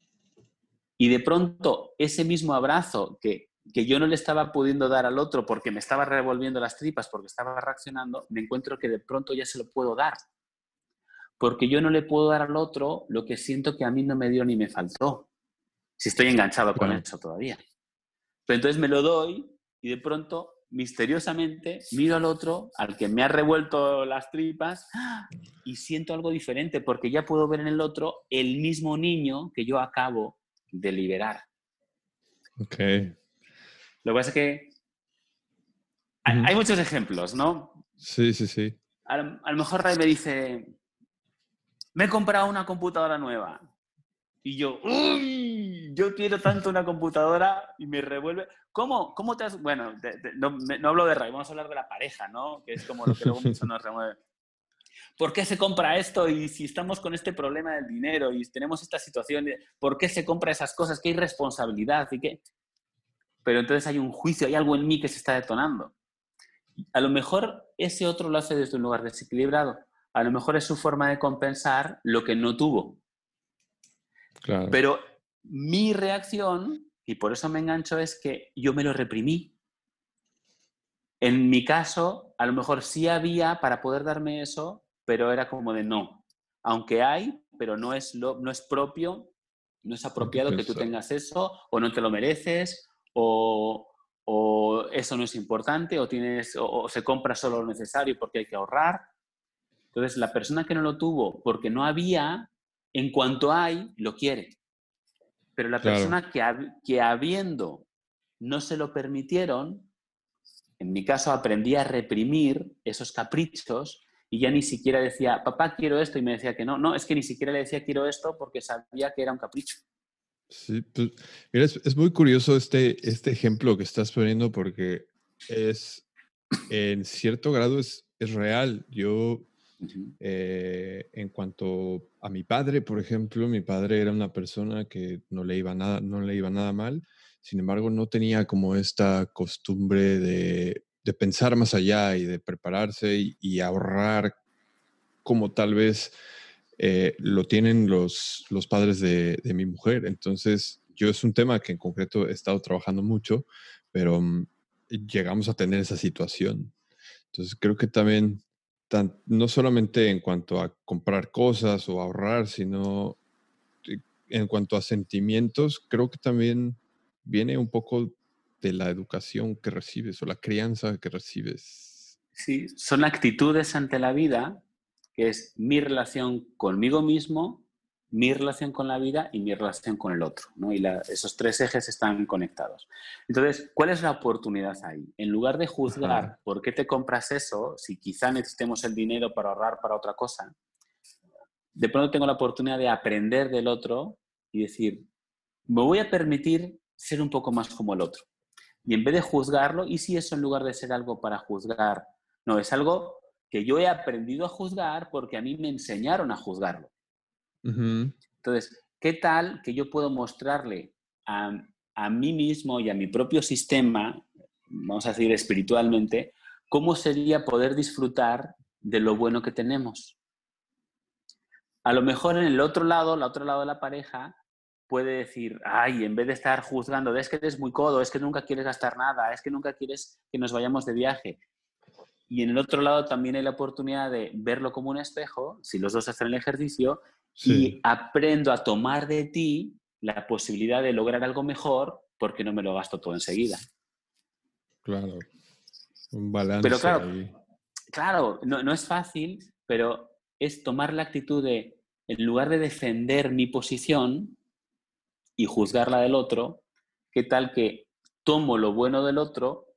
Y de pronto ese mismo abrazo que, que yo no le estaba pudiendo dar al otro porque me estaba revolviendo las tripas, porque estaba reaccionando, me encuentro que de pronto ya se lo puedo dar. Porque yo no le puedo dar al otro lo que siento que a mí no me dio ni me faltó, si estoy enganchado con Claro. eso todavía. Pero entonces me lo doy y de pronto, misteriosamente, miro al otro, al que me ha revuelto las tripas, y siento algo diferente, porque ya puedo ver en el otro el mismo niño que yo acabo de liberar. Okay. Lo que pasa es que hay, Ujú. hay muchos ejemplos, ¿no? Sí, sí, sí. A lo, a lo mejor Ray me dice, me he comprado una computadora nueva. Y yo, ¡uy! Yo quiero tanto una computadora y me revuelve. ¿Cómo? ¿Cómo te has...? Bueno, de, de, no, me, no hablo de Ray, vamos a hablar de la pareja, ¿no? Que es como lo que luego mucho nos remueve. ¿Por qué se compra esto? Y si estamos con este problema del dinero y tenemos esta situación, ¿por qué se compra esas cosas? ¿Qué irresponsabilidad? ¿Y qué? Pero entonces hay un juicio, hay algo en mí que se está detonando. A lo mejor ese otro lo hace desde un lugar desequilibrado. A lo mejor es su forma de compensar lo que no tuvo. Claro. Pero mi reacción, y por eso me engancho, es que yo me lo reprimí. En mi caso, a lo mejor sí había para poder darme eso, pero era como de no. Aunque hay, pero no es, lo, no es propio, no es De tu apropiado que tú pensar. tengas eso, o no te lo mereces, o, o eso no es importante, o, tienes, o, o se compra solo lo necesario porque hay que ahorrar. Entonces, la persona que no lo tuvo porque no había, en cuanto hay, lo quiere. Pero la Claro. persona que, que habiendo no se lo permitieron, en mi caso aprendí a reprimir esos caprichos y ya ni siquiera decía, papá, quiero esto, y me decía que no. No, es que ni siquiera le decía quiero esto porque sabía que era un capricho. Sí, pues, mira, es, es muy curioso este, este ejemplo que estás poniendo porque es, en cierto grado, es, es real. Yo, Uh-huh. eh, en cuanto a mi padre, por ejemplo, mi padre era una persona que no le iba nada, no le iba nada mal. Sin embargo, no tenía como esta costumbre de, de pensar más allá y de prepararse y, y ahorrar como tal vez eh, lo tienen los, los padres de, de, mi mujer. Entonces, yo es un tema que en concreto he estado trabajando mucho, pero um, llegamos a tener esa situación. Entonces, creo que también, tan, no solamente en cuanto a comprar cosas o ahorrar, sino en cuanto a sentimientos, creo que también viene un poco de la educación que recibes o la crianza que recibes. Sí, son actitudes ante la vida, que es mi relación conmigo mismo, mi relación con la vida y mi relación con el otro, ¿no? Y la, esos tres ejes están conectados. Entonces, ¿cuál es la oportunidad ahí? En lugar de Ajá. juzgar por qué te compras eso, si quizá necesitemos el dinero para ahorrar para otra cosa, de pronto tengo la oportunidad de aprender del otro y decir, me voy a permitir ser un poco más como el otro. Y en vez de juzgarlo, ¿y si eso en lugar de ser algo para juzgar? No, es algo que yo he aprendido a juzgar porque a mí me enseñaron a juzgarlo. Uh-huh. Entonces, ¿qué tal que yo puedo mostrarle a, a mí mismo y a mi propio sistema, vamos a decir espiritualmente, cómo sería poder disfrutar de lo bueno que tenemos? A lo mejor en el otro lado, el otro lado de la pareja, puede decir, ay, en vez de estar juzgando, es que eres muy codo, es que nunca quieres gastar nada, es que nunca quieres que nos vayamos de viaje. Y en el otro lado también hay la oportunidad de verlo como un espejo, si los dos hacen el ejercicio, y Sí, aprendo a tomar de ti la posibilidad de lograr algo mejor porque no me lo gasto todo enseguida. claro. Un Pero balance claro, ahí. claro, no, no es fácil, pero es tomar la actitud de, en lugar de defender mi posición y juzgar la del otro, ¿qué tal que tomo lo bueno del otro?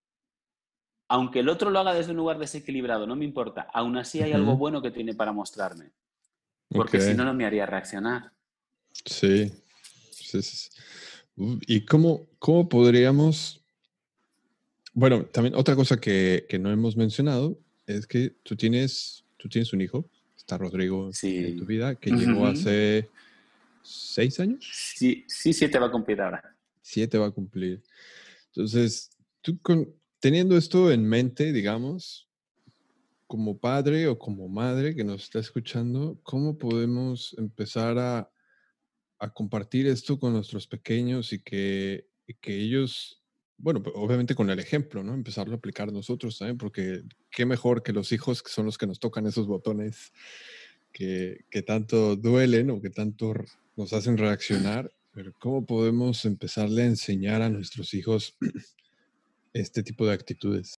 Aunque el otro lo haga desde un lugar desequilibrado, no me importa. Aún así hay algo Ujú. bueno que tiene para mostrarme. Ok, Porque si no, no me haría reaccionar. sí. Sí, sí, sí. Uh, ¿Y cómo, cómo podríamos... Bueno, también otra cosa que, que no hemos mencionado es que tú tienes, tú tienes un hijo, está Rodrigo en tu Sí. vida, que llegó Ujú. hace seis años, Sí, sí, sí te va a cumplir ahora. siete va a cumplir. Entonces, tú con, teniendo esto en mente, digamos, como padre o como madre que nos está escuchando, ¿cómo podemos empezar a, a compartir esto con nuestros pequeños y que, y que ellos, bueno, pues, obviamente con el ejemplo, ¿no? Empezarlo a aplicar nosotros también, porque qué mejor que los hijos que son los que nos tocan esos botones que, que tanto duelen o que tanto r- nos hacen reaccionar, pero ¿cómo podemos empezarle a enseñar a nuestros hijos este tipo de actitudes?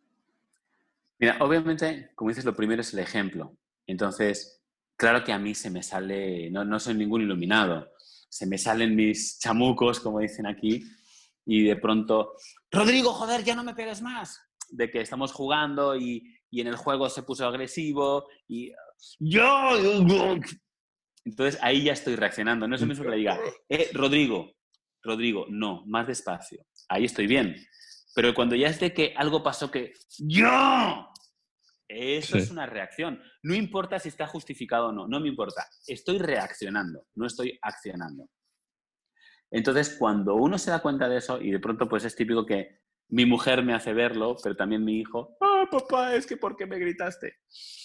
Mira, obviamente, como dices, lo primero es el ejemplo. Entonces, claro que a mí se me sale, no, no soy ningún iluminado, se me salen mis chamucos, como dicen aquí, y de pronto, Rodrigo, joder, ya no me pegues más. De que estamos jugando y, y en el juego se puso agresivo y yo... Entonces ahí ya estoy reaccionando. No es lo mismo que le diga, eh, Rodrigo, Rodrigo, no, más despacio. Ahí estoy bien. Pero cuando ya es de que algo pasó que yo, eso es Sí, una reacción. No importa si está justificado o no, no me importa. Estoy reaccionando, no estoy accionando. Entonces, cuando uno se da cuenta de eso, y de pronto pues es típico que mi mujer me hace verlo, pero también mi hijo, ah, papá, es que ¿por qué me gritaste?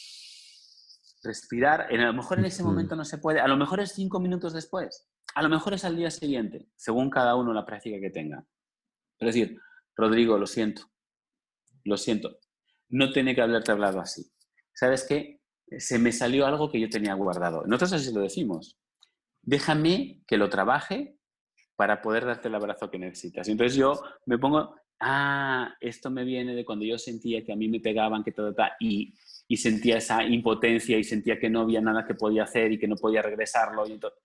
Respirar, a lo mejor en ese ujú, momento no se puede, a lo mejor es cinco minutos después, a lo mejor es al día siguiente, según cada uno la práctica que tenga. Es decir, Rodrigo, lo siento, lo siento, no tiene que haberte hablado así. ¿Sabes qué? Se me salió algo que yo tenía guardado. Nosotros así lo decimos. Déjame que lo trabaje para poder darte el abrazo que necesitas. Entonces yo me pongo, ah, esto me viene de cuando yo sentía que a mí me pegaban, que todo, tal, y, y sentía esa impotencia y sentía que no había nada que podía hacer y que no podía regresarlo. Y entonces,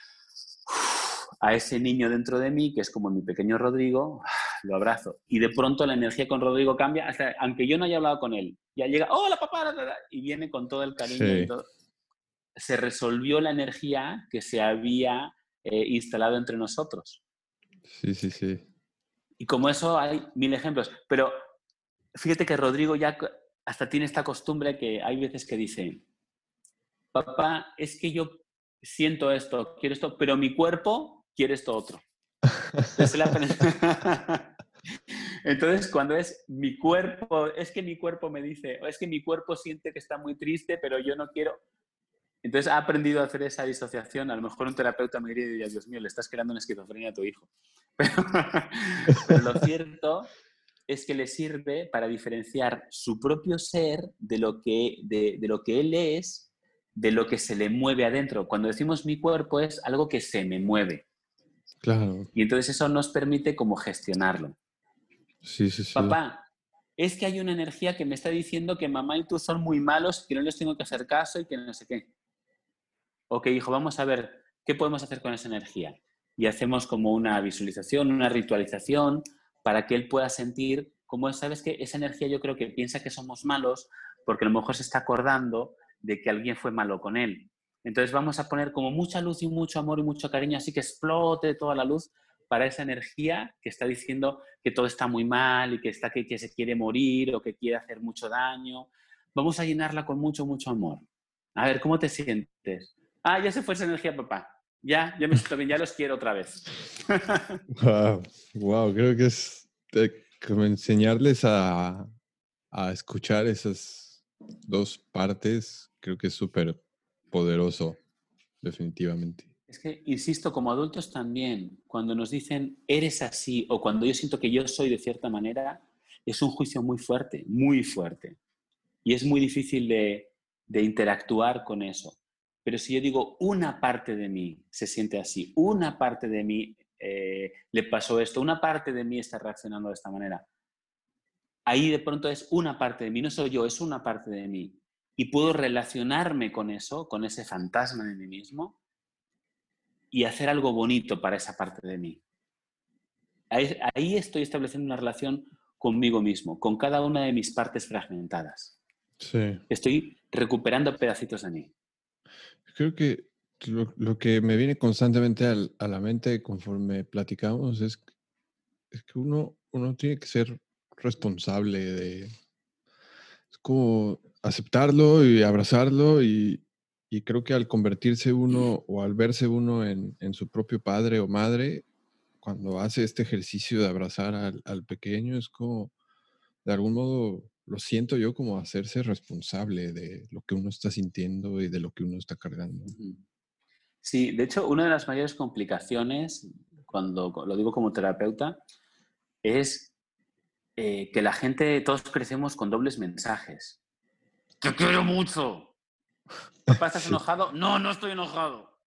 a ese niño dentro de mí, que es como mi pequeño Rodrigo, lo abrazo. Y de pronto la energía con Rodrigo cambia, hasta, aunque yo no haya hablado con él. Ya llega, hola papá, y viene con todo el cariño y sí, todo. Se resolvió la energía que se había eh, instalado entre nosotros. sí, sí, sí. Y como eso hay mil ejemplos. Pero fíjate que Rodrigo ya hasta tiene esta costumbre que hay veces que dice, papá, es que yo siento esto, quiero esto, pero mi cuerpo quiere esto otro. Entonces, la... Entonces, cuando es mi cuerpo, es que mi cuerpo me dice, o es que mi cuerpo siente que está muy triste, pero yo no quiero. Entonces, ha aprendido a hacer esa disociación. A lo mejor un terapeuta me diría, Dios mío, le estás creando una esquizofrenia a tu hijo. Pero, pero lo cierto es que le sirve para diferenciar su propio ser de lo que, de, de lo que él es, de lo que se le mueve adentro. Cuando decimos mi cuerpo es algo que se me mueve. Claro, Y entonces eso nos permite como gestionarlo. sí, sí, sí. Papá, es que hay una energía que me está diciendo que mamá y tú son muy malos, que no les tengo que hacer caso y que no sé qué. Ok, hijo, vamos a ver qué podemos hacer con esa energía. Y hacemos como una visualización, una ritualización, para que él pueda sentir cómo, sabes que esa energía yo creo que piensa que somos malos porque a lo mejor se está acordando de que alguien fue malo con él. Entonces vamos a poner como mucha luz y mucho amor y mucho cariño, así que explote toda la luz para esa energía que está diciendo que todo está muy mal y que, está, que, que se quiere morir o que quiere hacer mucho daño. Vamos a llenarla con mucho, mucho amor. A ver, ¿cómo te sientes? Ah, ya se fue esa energía, papá. Ya, ya me siento bien, ya los quiero otra vez. Wow, wow, creo que es eh, como enseñarles a, a escuchar esas dos partes, creo que es súper poderoso, definitivamente. Es que, insisto, como adultos también, cuando nos dicen eres así o cuando yo siento que yo soy de cierta manera, es un juicio muy fuerte, muy fuerte. Y es muy difícil de, de interactuar con eso. Pero si yo digo una parte de mí se siente así, una parte de mí eh, le pasó esto, una parte de mí está reaccionando de esta manera, ahí de pronto es una parte de mí, no soy yo, es una parte de mí. Y puedo relacionarme con eso, con ese fantasma de mí mismo y hacer algo bonito para esa parte de mí. Ahí, ahí estoy estableciendo una relación conmigo mismo, con cada una de mis partes fragmentadas. Sí. Estoy recuperando pedacitos de mí. Creo que lo, lo que me viene constantemente al, a la mente conforme platicamos es, es que uno, uno tiene que ser responsable de... Es como aceptarlo y abrazarlo y, y creo que al convertirse uno o al verse uno en, en su propio padre o madre, cuando hace este ejercicio de abrazar al, al pequeño, es como, de algún modo, lo siento yo como hacerse responsable de lo que uno está sintiendo y de lo que uno está cargando. Sí, de hecho, una de las mayores complicaciones, cuando lo digo como terapeuta, es eh, que la gente, todos crecemos con dobles mensajes. ¡Te quiero mucho! ¿Papá, estás Sí. enojado? No, no estoy enojado.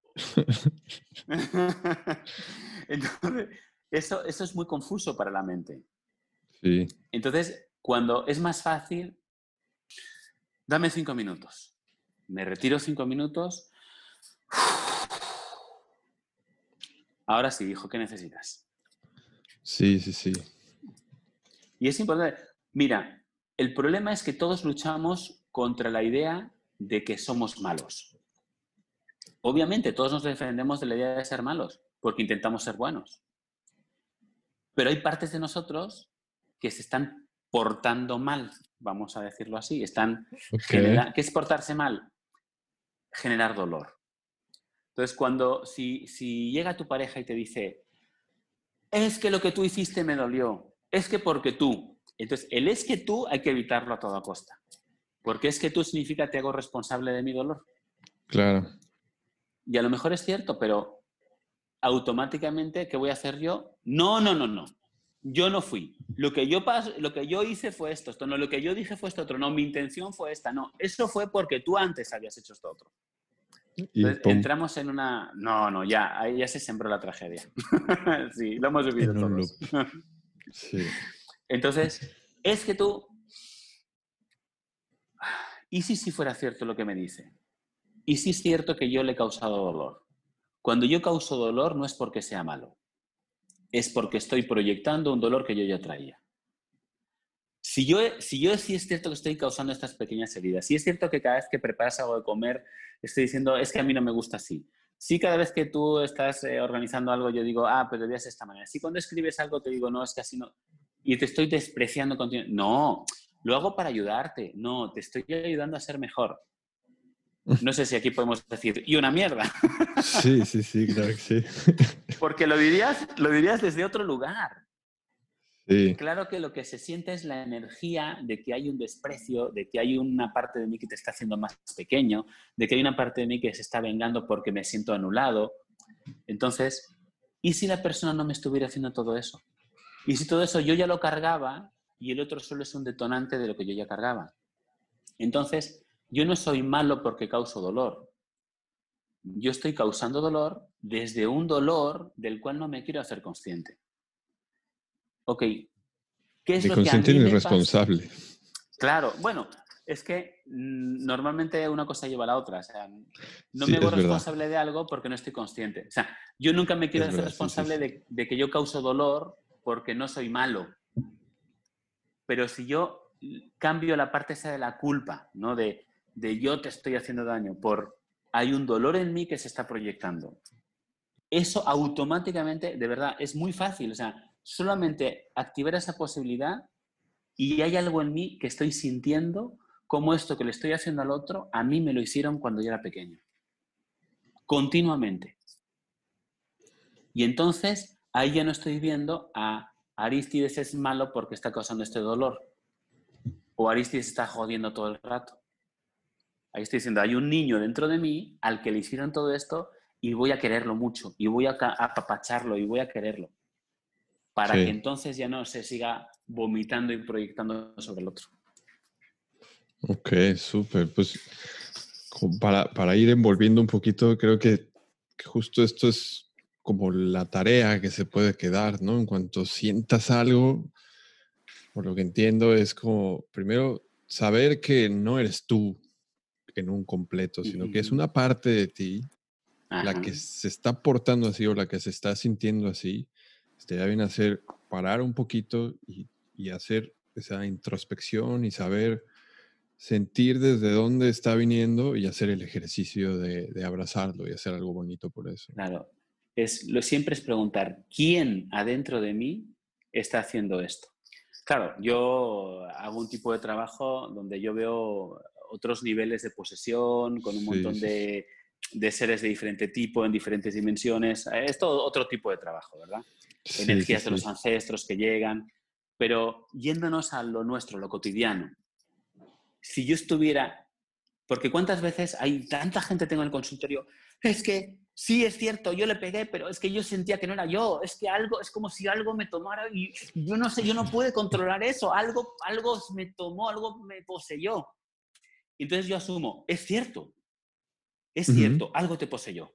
Entonces, eso, eso es muy confuso para la mente. Sí. Entonces, cuando es más fácil, dame cinco minutos. Me retiro cinco minutos. Ahora sí, hijo, ¿qué necesitas? Sí, sí, sí. Y es importante. Mira, el problema es que todos luchamos contra la idea de que somos malos. Obviamente, todos nos defendemos de la idea de ser malos, porque intentamos ser buenos. Pero hay partes de nosotros que se están portando mal, vamos a decirlo así. Están Ok. genera- ¿Qué es portarse mal? Generar dolor. Entonces, cuando, si, si llega tu pareja y te dice, es que lo que tú hiciste me dolió, es que porque tú. Entonces, el es que tú hay que evitarlo a toda costa. Porque es que tú significa te hago responsable de mi dolor. Claro. Y a lo mejor es cierto, pero automáticamente, ¿qué voy a hacer yo? No, no, no, no. Yo no fui. Lo que yo, pas lo que yo hice fue esto, esto no. Lo que yo dije fue esto otro. No, mi intención fue esta. No, eso fue porque tú antes habías hecho esto otro. Y Entonces, pum, entramos en una... No, no, ya, ahí ya se sembró la tragedia. Sí, lo hemos vivido en un loop. todos. Sí. Entonces, es que tú... ¿Y si sí fuera cierto lo que me dice? ¿Y si es cierto que yo le he causado dolor? Cuando yo causo dolor no es porque sea malo. Es porque estoy proyectando un dolor que yo ya traía. Si yo, si yo sí es cierto que estoy causando estas pequeñas heridas, si es cierto que cada vez que preparas algo de comer estoy diciendo, es que a mí no me gusta así. Si cada vez que tú estás eh, organizando algo yo digo, ah, pero debías de esta manera. Si cuando escribes algo te digo, no, es que así no. Y te estoy despreciando continuamente. No, lo hago para ayudarte. No, te estoy ayudando a ser mejor. No sé si aquí podemos decir, y una mierda. Sí, sí, sí, claro que sí. Porque lo dirías, lo dirías desde otro lugar. Sí. Claro que lo que se siente es la energía de que hay un desprecio, de que hay una parte de mí que te está haciendo más pequeño, de que hay una parte de mí que se está vengando porque me siento anulado. Entonces, ¿y si la persona no me estuviera haciendo todo eso? ¿Y si todo eso yo ya lo cargaba y el otro solo es un detonante de lo que yo ya cargaba? Entonces, yo no soy malo porque causo dolor. Yo estoy causando dolor desde un dolor del cual no me quiero hacer consciente. Ok, ¿qué es Ni lo que a consciente mí ni me pasa? responsable. Claro, bueno, es que mmm, normalmente una cosa lleva a la otra. O sea, no Sí, me hago es verdad. responsable de algo porque no estoy consciente. O sea, yo nunca me quiero Es hacer verdad, sí, sí, responsable sí. de, de que yo causo dolor porque no soy malo. Pero si yo cambio la parte esa de la culpa, ¿no? De, de yo te estoy haciendo daño, por hay un dolor en mí que se está proyectando. Eso automáticamente, de verdad, es muy fácil. O sea, solamente activar esa posibilidad y hay algo en mí que estoy sintiendo como esto que le estoy haciendo al otro, a mí me lo hicieron cuando yo era pequeño. Continuamente. Y entonces, ahí ya no estoy viendo a Arístides es malo porque está causando este dolor. O Arístides está jodiendo todo el rato. Ahí estoy diciendo, hay un niño dentro de mí al que le hicieron todo esto y voy a quererlo mucho. Y voy a apapacharlo y voy a quererlo. Para que Sí. entonces ya no se siga vomitando y proyectando sobre el otro. Ok, súper. Pues como para, para ir envolviendo un poquito, creo que, que justo esto es como la tarea que se puede quedar, ¿no? En cuanto sientas algo, por lo que entiendo, es como, primero, saber que no eres tú en un completo, sino que es Ujú. una parte de ti la Ajá, que se está portando así o la que se está sintiendo así. Estaría bien hacer, parar un poquito y, y hacer esa introspección y saber sentir desde dónde está viniendo y hacer el ejercicio de, de abrazarlo y hacer algo bonito por eso. claro. Es, lo siempre es preguntar, ¿quién adentro de mí está haciendo esto? Claro, yo hago un tipo de trabajo donde yo veo otros niveles de posesión, con un Sí, montón sí, sí. de, de seres de diferente tipo, en diferentes dimensiones. Es todo otro tipo de trabajo, ¿verdad? Sí, sí, Energías de los sí. ancestros que llegan. Pero yéndonos a lo nuestro, lo cotidiano, si yo estuviera, porque cuántas veces hay tanta gente tengo en el consultorio, es que sí es cierto, yo le pegué, pero es que yo sentía que no era yo, es que algo, es como si algo me tomara y yo no sé, yo no pude controlar eso, algo, algo me tomó, algo me poseyó. Entonces yo asumo, es cierto, es Ujú. cierto, algo te poseyó.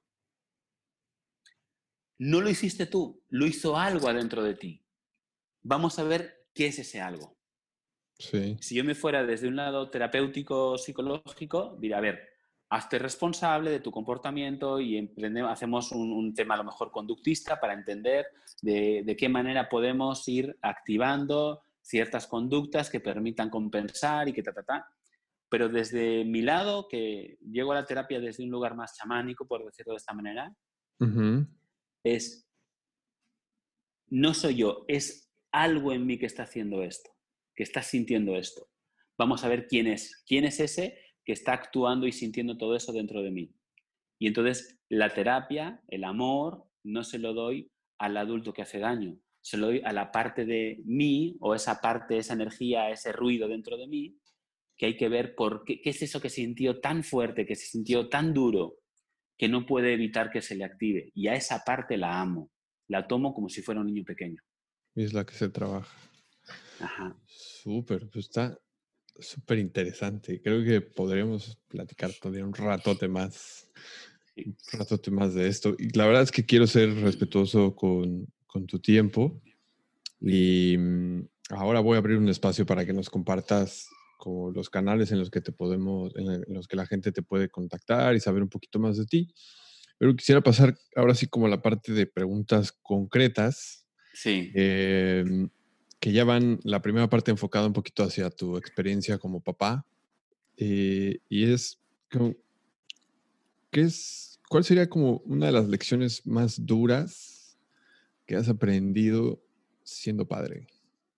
No lo hiciste tú, lo hizo algo adentro de ti. Vamos a ver qué es ese algo. Sí. Si yo me fuera desde un lado terapéutico, psicológico, diría, a ver, hazte responsable de tu comportamiento y emprendemos, hacemos un, un tema a lo mejor conductista para entender de, de qué manera podemos ir activando ciertas conductas que permitan compensar y que ta, ta, ta. Pero desde mi lado, que llego a la terapia desde un lugar más chamánico, por decirlo de esta manera, Ujú. es, no soy yo, es algo en mí que está haciendo esto, que está sintiendo esto. Vamos a ver quién es, quién es ese que está actuando y sintiendo todo eso dentro de mí. Y entonces la terapia, el amor, no se lo doy al adulto que hace daño, se lo doy a la parte de mí o esa parte, esa energía, ese ruido dentro de mí, que hay que ver por qué, qué es eso que sintió tan fuerte, que se sintió tan duro, que no puede evitar que se le active. Y a esa parte la amo, la tomo como si fuera un niño pequeño. Y es la que se trabaja. Ajá. Súper, pues está súper interesante. Creo que podríamos platicar todavía un ratote más, Sí. un ratote más de esto. Y la verdad es que quiero ser respetuoso con, con tu tiempo. Y mm, ahora voy a abrir un espacio para que nos compartas como los canales en los que te podemos, en, en los que la gente te puede contactar y saber un poquito más de ti. Pero quisiera pasar ahora sí como a la parte de preguntas concretas, Sí. eh, que ya van la primera parte enfocada un poquito hacia tu experiencia como papá. Eh, y es, como, ¿qué es, cuál sería como una de las lecciones más duras que has aprendido siendo padre?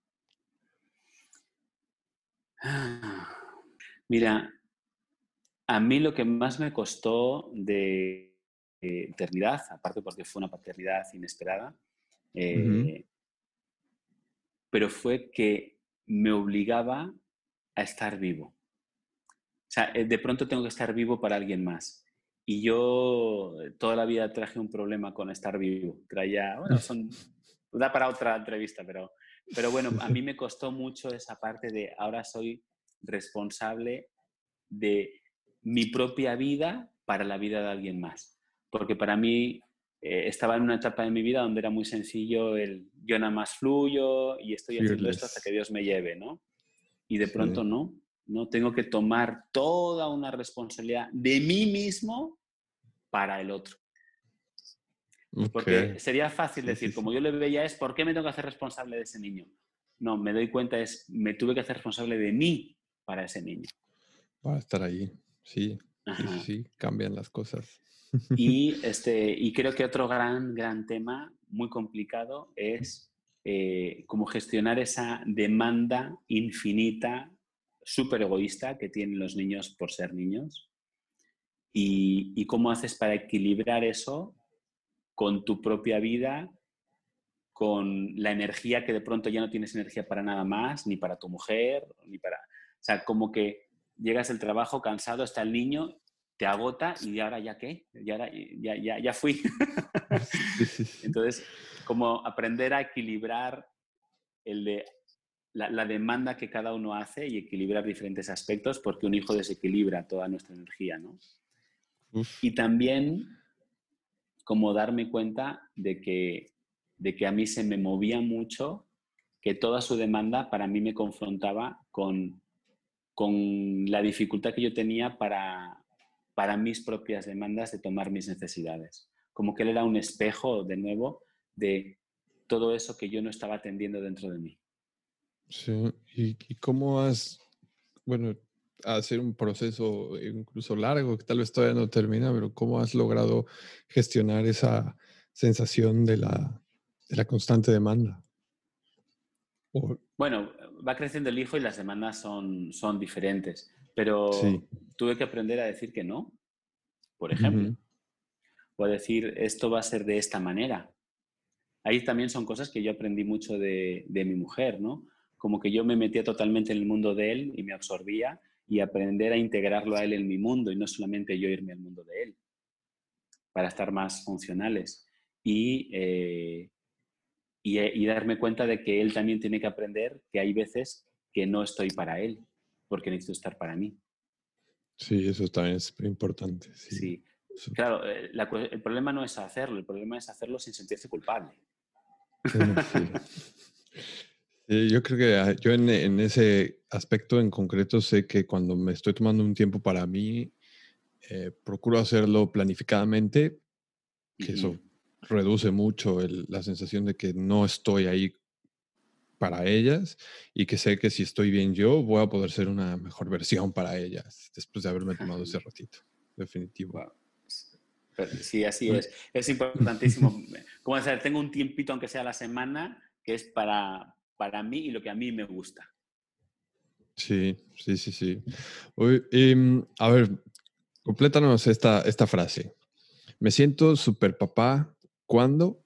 Ah. Mira, a mí lo que más me costó de eh, maternidad, aparte porque fue una paternidad inesperada, Ujú. eh, pero fue que me obligaba a estar vivo. O sea, eh, de pronto tengo que estar vivo para alguien más. Y yo eh, toda la vida traje un problema con estar vivo. Traía, bueno, son, da para otra entrevista, pero, pero bueno, a mí me costó mucho esa parte de ahora soy responsable de mi propia vida para la vida de alguien más. Porque para mí eh, estaba en una etapa de mi vida donde era muy sencillo el yo nada más fluyo y estoy haciendo esto hasta que Fearless. Dios me lleve, ¿no? Y de Sí. pronto no, no tengo que tomar toda una responsabilidad de mí mismo para el otro. Ok. Porque sería fácil Sí, sí, decir, sí. como yo le veía, es ¿por qué me tengo que hacer responsable de ese niño? No, me doy cuenta, es me tuve que hacer responsable de mí para ese niño. Va a estar ahí. Sí, sí, sí, Ajá. sí. Cambian las cosas. Y, este, y creo que otro gran, gran tema muy complicado es eh, cómo gestionar esa demanda infinita, súper egoísta que tienen los niños por ser niños y, y cómo haces para equilibrar eso con tu propia vida, con la energía que de pronto ya no tienes energía para nada más, ni para tu mujer, ni para... O sea, como que llegas del trabajo cansado, está el niño, te agota y ahora ya qué, ya, ahora, ya, ya, ya fui. Sí, sí, sí. Entonces, como aprender a equilibrar el de la, la demanda que cada uno hace y equilibrar diferentes aspectos, porque un hijo desequilibra toda nuestra energía, ¿no? Uf. Y también como darme cuenta de que, de que a mí se me movía mucho, que toda su demanda para mí me confrontaba con, con la dificultad que yo tenía para, para mis propias demandas de tomar mis necesidades. Como que él era un espejo, de nuevo, de todo eso que yo no estaba atendiendo dentro de mí. Sí. ¿Y, y cómo has, bueno, hacer un proceso incluso largo, que tal vez todavía no termina, pero cómo has logrado gestionar esa sensación de la, de la constante demanda? O- Bueno, va creciendo el hijo y las demandas son, son diferentes, pero sí. tuve que aprender a decir que no, por ejemplo, Ujú. o a decir esto va a ser de esta manera. Ahí también son cosas que yo aprendí mucho de, de mi mujer, ¿no? Como que yo me metía totalmente en el mundo de él y me absorbía, y aprender a integrarlo a él en mi mundo y no solamente yo irme al mundo de él, para estar más funcionales. Y, eh, y, y darme cuenta de que él también tiene que aprender que hay veces que no estoy para él, porque necesito estar para mí. Sí, eso también es importante. Sí. Sí, Súper. claro, eh, la, el problema no es hacerlo, el problema es hacerlo sin sentirse culpable. Eh, sí. Sí, yo creo que ah, yo en, en ese aspecto en concreto sé que cuando me estoy tomando un tiempo para mí, eh, procuro hacerlo planificadamente, que Ujú. eso reduce mucho el- la sensación de que no estoy ahí para ellas y que sé que si estoy bien yo, voy a poder ser una mejor versión para ellas después de haberme tomado ese ratito. Definitivo. Wow. Pero sí, así Uy. es. Es importantísimo. Como decir, tengo un tiempito, aunque sea a la semana, que es para, para mí y lo que a mí me gusta. Sí, sí, sí, sí. Uy, em, a ver, complétanos esta, esta frase. Me siento super papá cuando.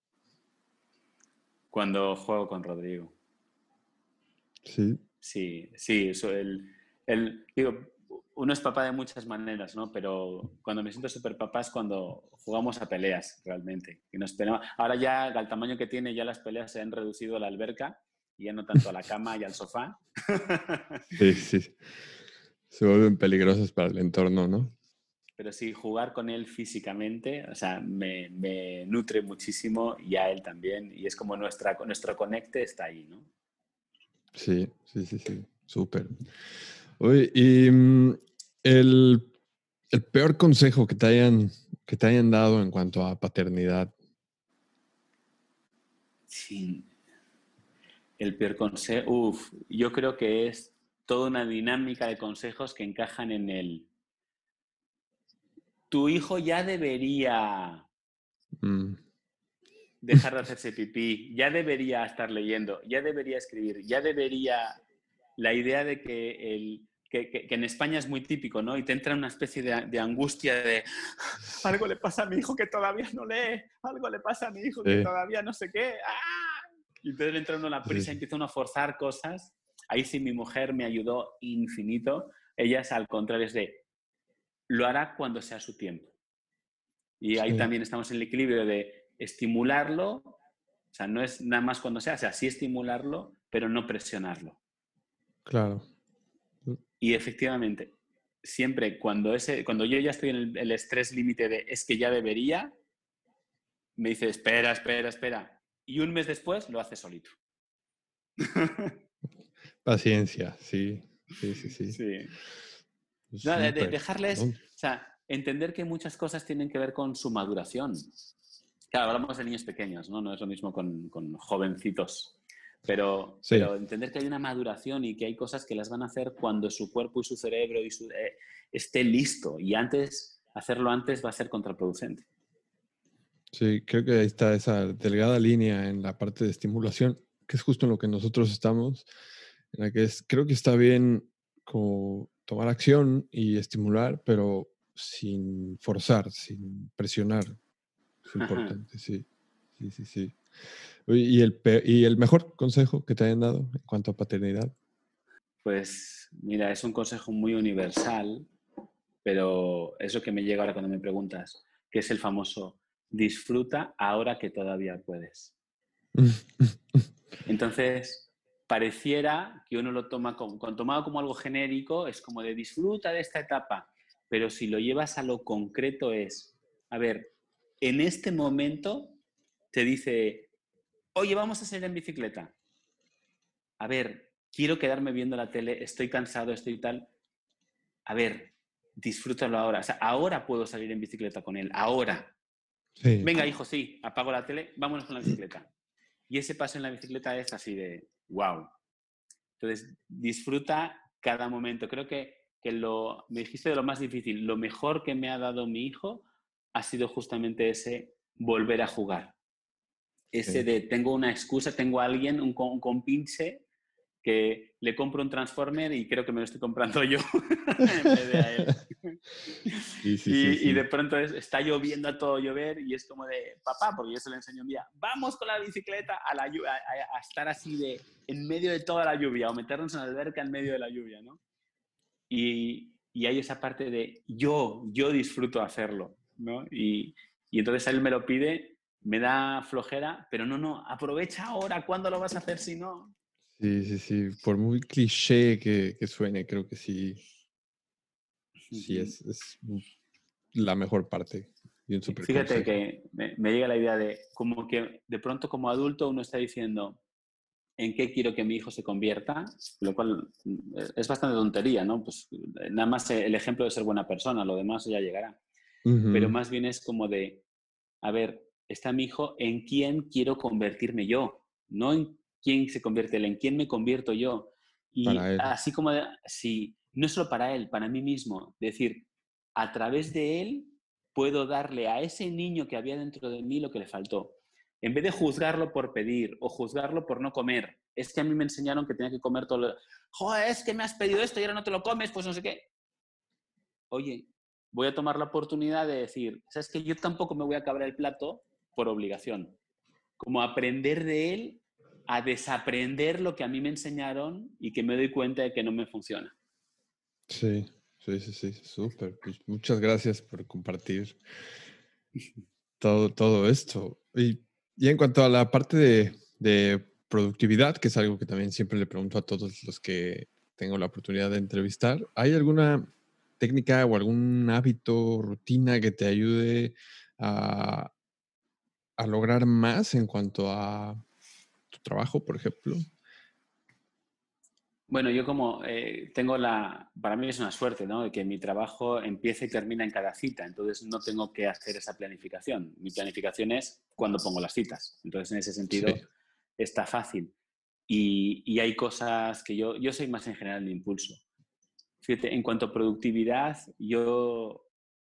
Cuando juego con Rodrigo. Sí, Sí, sí, eso, el, el, digo, uno es papá de muchas maneras, ¿no? Pero cuando me siento súper papá es cuando jugamos a peleas, realmente. Y nos peleamos. Ahora ya, al tamaño que tiene, ya las peleas se han reducido a la alberca y ya no tanto a la cama y al sofá. sí, sí. Se vuelven peligrosas para el entorno, ¿no? Pero sí, jugar con él físicamente, o sea, me, me nutre muchísimo, y a él también. Y es como nuestra, nuestro conecte está ahí, ¿no? Sí, sí, sí, sí. Súper. Oye, y mm, el, el peor consejo que te hayan, que te hayan dado en cuanto a paternidad. Sí, el peor consejo, uff, yo creo que es toda una dinámica de consejos que encajan en el, tu hijo ya debería Mm, dejar de hacerse pipí, ya debería estar leyendo, ya debería escribir, ya debería... La idea de que, el, que, que, que en España es muy típico, ¿no? Y te entra una especie de, de angustia de algo le pasa a mi hijo que todavía no lee, algo le pasa a mi hijo que sí, todavía no sé qué. ¡Ah! Y entonces le entra uno la prisa y sí, empieza uno a forzar cosas. Ahí sí mi mujer me ayudó infinito. Ella es al contrario, es de, lo hará cuando sea su tiempo. Y ahí sí, también estamos en el equilibrio de estimularlo, o sea, no es nada más cuando sea, o sea, sí estimularlo, pero no presionarlo. claro. Y efectivamente, siempre cuando, ese, cuando yo ya estoy en el, el estrés límite de es que ya debería, me dice, espera, espera, espera. Y un mes después lo hace solito. Paciencia, sí, sí, sí, sí. Sí. No, de, de Súper. dejarles, ¿No? o sea, entender que muchas cosas tienen que ver con su maduración. Claro, hablamos de niños pequeños, ¿no? No es lo mismo con, con jovencitos. Pero, Sí, pero entender que hay una maduración y que hay cosas que las van a hacer cuando su cuerpo y su cerebro y su, eh, esté listo. Y antes, hacerlo antes va a ser contraproducente. sí, creo que ahí está esa delgada línea en la parte de estimulación, que es justo en lo que nosotros estamos, en la que es, creo que está bien como tomar acción y estimular, pero sin forzar, sin presionar. Es importante, sí. Sí, sí, sí. Oye, ¿Y el, pe- y el mejor consejo que te hayan dado en cuanto a paternidad? Pues mira, es un consejo muy universal, pero eso que me llega ahora cuando me preguntas, que es el famoso disfruta ahora que todavía puedes. Entonces, pareciera que uno lo toma como, cuando tomado como algo genérico, es como de disfruta de esta etapa, pero si lo llevas a lo concreto es, a ver, en este momento te dice, oye, vamos a salir en bicicleta. A ver, quiero quedarme viendo la tele, estoy cansado, estoy tal. A ver, disfrútalo ahora. O sea, ahora puedo salir en bicicleta con él, ahora. Sí. Venga, hijo, sí, apago la tele, vámonos con la bicicleta. Y ese paso en la bicicleta es así de, wow. Entonces, disfruta cada momento. Creo que, que lo, me dijiste de lo más difícil, lo mejor que me ha dado mi hijo ha sido justamente ese volver a jugar. Ese Sí. de, tengo una excusa, tengo a alguien, un, un compinche, que le compro un Transformer y creo que me lo estoy comprando yo en vez de a él. Sí, sí, sí, Y, y sí. de pronto es, está lloviendo a todo llover y es como de, papá, porque yo se lo enseño un día, vamos con la bicicleta a, la, lluvia, a, a estar así de en medio de toda la lluvia o meternos en la alberca en medio de la lluvia, ¿no? Y, y hay esa parte de yo, yo disfruto hacerlo, ¿no? Y, y entonces él me lo pide, me da flojera, pero no, no, aprovecha ahora, ¿cuándo lo vas a hacer si no? Sí, sí, sí. Por muy cliché que, que suene, creo que sí, sí es, es la mejor parte y un súper Fíjate consejo. que me, me llega la idea de como que de pronto como adulto uno está diciendo en qué quiero que mi hijo se convierta, lo cual es bastante tontería, ¿no? Pues nada más el ejemplo de ser buena persona, lo demás ya llegará. Pero Ujú. más bien es como de, a ver, está mi hijo, ¿en quién quiero convertirme yo? No en quién se convierte él, en quién me convierto yo. Para Y él. así como, de, sí, no solo para él, para mí mismo, decir, a través de él puedo darle a ese niño que había dentro de mí lo que le faltó. En vez de juzgarlo por pedir o juzgarlo por no comer, es que a mí me enseñaron que tenía que comer todo lo... Joder, es que me has pedido esto y ahora no te lo comes, pues no sé qué. Oye, voy a tomar la oportunidad de decir, ¿sabes qué? Yo tampoco me voy a acabar el plato por obligación. Como aprender de él a desaprender lo que a mí me enseñaron y que me doy cuenta de que no me funciona. Sí, sí, sí, sí, súper. Pues muchas gracias por compartir todo, todo esto. Y, y en cuanto a la parte de, de productividad, que es algo que también siempre le pregunto a todos los que tengo la oportunidad de entrevistar, ¿hay alguna técnica o algún hábito, rutina que te ayude a, a lograr más en cuanto a tu trabajo, por ejemplo? Bueno, yo como eh, tengo la, para mí es una suerte, ¿no? De que mi trabajo empieza y termina en cada cita, entonces no tengo que hacer esa planificación. Mi planificación es cuando pongo las citas. Entonces, en ese Sí. sentido, está fácil. Y, y hay cosas que yo, yo soy más en general de impulso. Fíjate, en cuanto a productividad, yo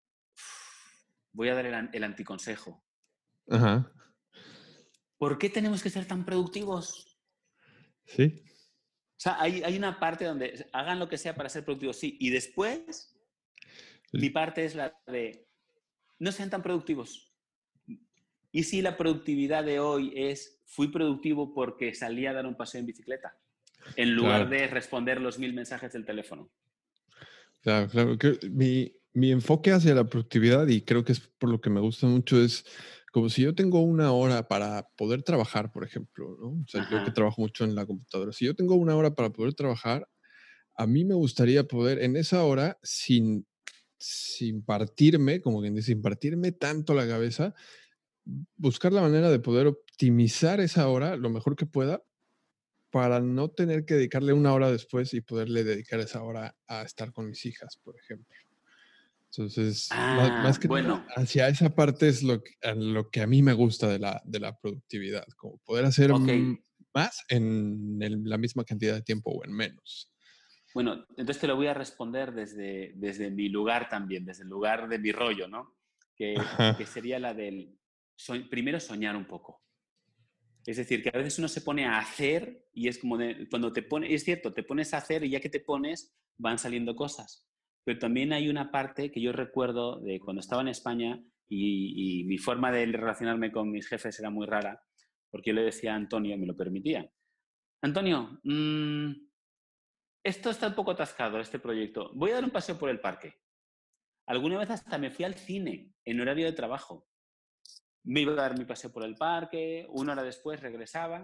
voy a dar el, el anticonsejo. Ajá. ¿Por qué tenemos que ser tan productivos? Sí. O sea, hay, hay una parte donde hagan lo que sea para ser productivos, sí. Y después, mi parte es la de no sean tan productivos. ¿Y si la productividad de hoy es fui productivo porque salí a dar un paseo en bicicleta? En lugar Claro. de responder los mil mensajes del teléfono. Claro, claro. Que mi, mi enfoque hacia la productividad, y creo que es por lo que me gusta mucho, es como si yo tengo una hora para poder trabajar, por ejemplo, ¿no? O sea, yo que Ajá. trabajo mucho en la computadora, si yo tengo una hora para poder trabajar, a mí me gustaría poder en esa hora, sin, sin partirme, como quien dice, sin partirme tanto la cabeza, buscar la manera de poder optimizar esa hora lo mejor que pueda para no tener que dedicarle una hora después y poderle dedicar esa hora a estar con mis hijas, por ejemplo. Entonces, más, más Ah, que nada, bueno. hacia esa parte es lo que, a lo que a mí me gusta de la, de la productividad, como poder hacer Ok. m- más en el- la misma cantidad de tiempo o en menos. Bueno, entonces te lo voy a responder desde, desde mi lugar también, desde el lugar de mi rollo, ¿no? Que, Ajá, que sería la del, so, primero soñar un poco. Es decir, que a veces uno se pone a hacer y es como de, cuando te pones, es cierto, te pones a hacer y ya que te pones van saliendo cosas. Pero también hay una parte que yo recuerdo de cuando estaba en España y, y mi forma de relacionarme con mis jefes era muy rara, porque yo le decía a Antonio, me lo permitía, Antonio, mmm, esto está un poco atascado, este proyecto. Voy a dar un paseo por el parque. Alguna vez hasta me fui al cine en horario de trabajo. Me iba a dar mi paseo por el parque, una hora después regresaba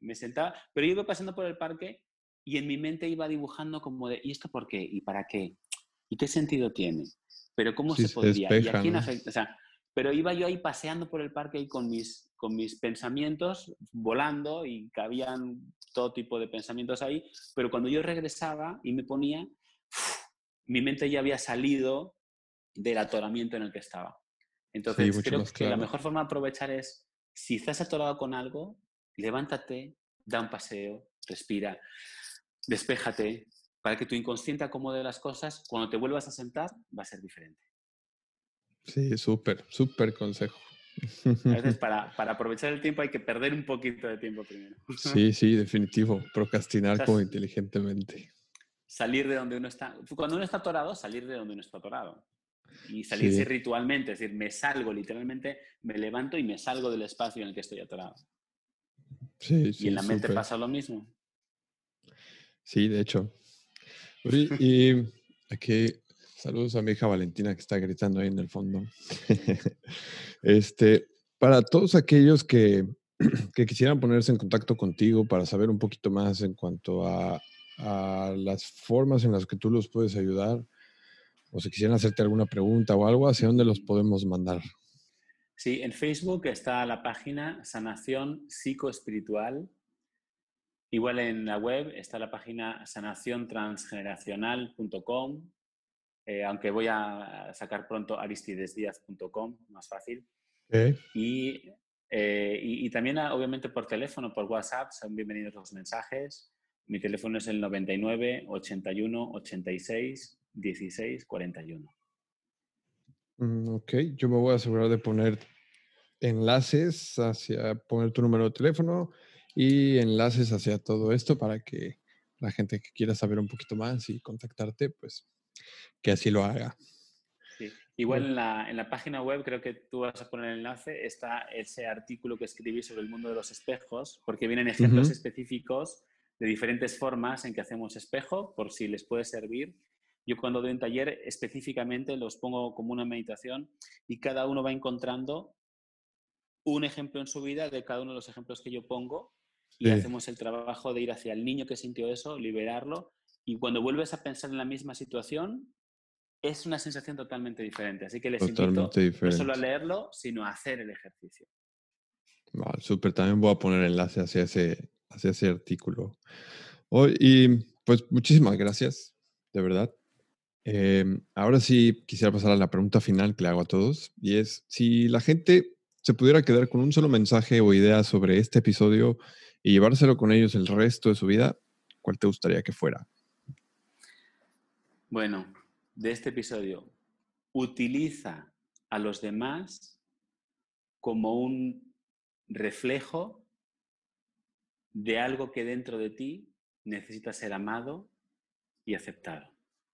me sentaba, pero yo iba pasando por el parque y en mi mente iba dibujando como de, ¿y esto por qué? ¿Y para qué? ¿Y qué sentido tiene? ¿Pero cómo Sí, se se podría? ¿Y a despeja, quién ¿no? afecta? O sea, pero iba yo ahí paseando por el parque y con mis, con mis pensamientos volando y cabían todo tipo de pensamientos ahí, pero cuando yo regresaba y me ponía, uf, mi mente ya había salido del atoramiento en el que estaba. Sí, Entonces, mucho creo más que la claro. mejor forma de aprovechar es, si estás atorado con algo, levántate, da un paseo, respira, despéjate, para que tu inconsciente acomode las cosas. Cuando te vuelvas a sentar, va a ser diferente. Sí, súper, súper consejo. A veces para, para aprovechar el tiempo hay que perder un poquito de tiempo primero. Sí, sí, definitivo. O Procrastinar sea, como inteligentemente. salir de donde uno está. Cuando uno está atorado, salir de donde uno está atorado. Y salirse Sí, ritualmente, es decir, me salgo literalmente, me levanto y me salgo del espacio en el que estoy atorado. sí, Y en sí, la mente súper. pasa lo mismo. Sí, de hecho. Uri, y aquí, saludos a mi hija Valentina que está gritando ahí en el fondo. Este, para todos aquellos que, que quisieran ponerse en contacto contigo para saber un poquito más en cuanto a, a las formas en las que tú los puedes ayudar, o si quisieran hacerte alguna pregunta o algo, ¿hacia dónde los podemos mandar? Sí, en Facebook está la página Sanación Psicoespiritual. Igual en la web está la página sanación transgeneracional punto com, eh, aunque voy a sacar pronto aristidesdiaz punto com, más fácil. Okay. Y, eh, y, y también, obviamente, por teléfono, por WhatsApp, son bienvenidos los mensajes. Mi teléfono es el noventa y nueve, ochenta y uno, ochenta y seis, dieciséis, cuarenta y uno. Mm, ok, yo me voy a asegurar de poner enlaces hacia, poner tu número de teléfono y enlaces hacia todo esto para que la gente que quiera saber un poquito más y contactarte, pues que así lo haga. Sí. Igual en la, en la página web, creo que tú vas a poner el enlace, está ese artículo que escribí sobre el mundo de los espejos, porque vienen ejemplos Uh-huh. específicos de diferentes formas en que hacemos espejo, por si les puede servir. Yo cuando doy un taller específicamente los pongo como una meditación y cada uno va encontrando un ejemplo en su vida de cada uno de los ejemplos que yo pongo y Sí, hacemos el trabajo de ir hacia el niño que sintió eso, liberarlo, y cuando vuelves a pensar en la misma situación, es una sensación totalmente diferente. Así que les invito totalmente no solo a diferente. leerlo, sino a hacer el ejercicio. Vale, súper, también voy a poner enlace hacia ese, hacia ese artículo. Oh, y pues muchísimas gracias, de verdad. Eh, ahora sí quisiera pasar a la pregunta final que le hago a todos, y es, si la gente se pudiera quedar con un solo mensaje o idea sobre este episodio y llevárselo con ellos el resto de su vida, ¿cuál te gustaría que fuera? Bueno, de este episodio, utiliza a los demás como un reflejo de algo que dentro de ti necesita ser amado y aceptado.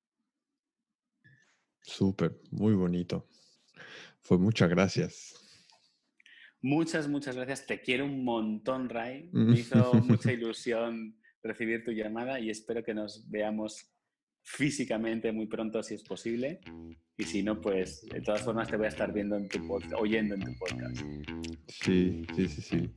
Súper, muy bonito. Pues muchas gracias. Muchas, muchas gracias. Te quiero un montón, Ray. Me hizo mucha ilusión recibir tu llamada y espero que nos veamos físicamente muy pronto si es posible. Y si no, pues de todas formas te voy a estar viendo en tu podcast, oyendo en tu podcast. Sí, sí, sí, sí.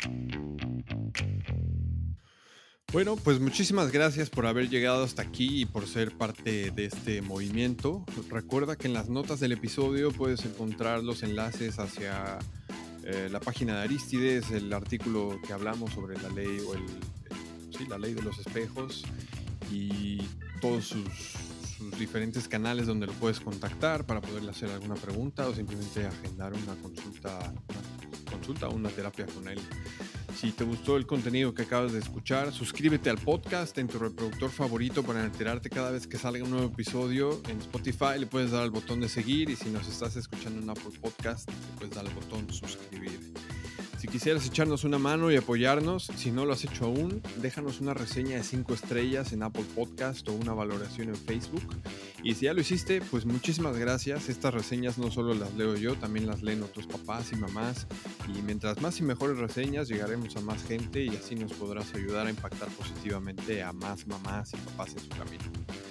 Bueno, pues muchísimas gracias por haber llegado hasta aquí y por ser parte de este movimiento. Recuerda que en las notas del episodio puedes encontrar los enlaces hacia eh, la página de Arístides, el artículo que hablamos sobre la ley o el, el, sí, la ley de los espejos y todos sus, sus diferentes canales donde lo puedes contactar para poderle hacer alguna pregunta o simplemente agendar una consulta, una consulta o una terapia con él. Si te gustó el contenido que acabas de escuchar, suscríbete al podcast en tu reproductor favorito para enterarte cada vez que salga un nuevo episodio. En Spotify le puedes dar al botón de seguir y si nos estás escuchando en Apple Podcast, le puedes dar al botón suscribir. Si quisieras echarnos una mano y apoyarnos, si no lo has hecho aún, déjanos una reseña de cinco estrellas en Apple Podcast o una valoración en Facebook. Y si ya lo hiciste, pues muchísimas gracias. Estas reseñas no solo las leo yo, también las leen otros papás y mamás. Y mientras más y mejores reseñas, llegaremos a más gente y así nos podrás ayudar a impactar positivamente a más mamás y papás en su camino. Si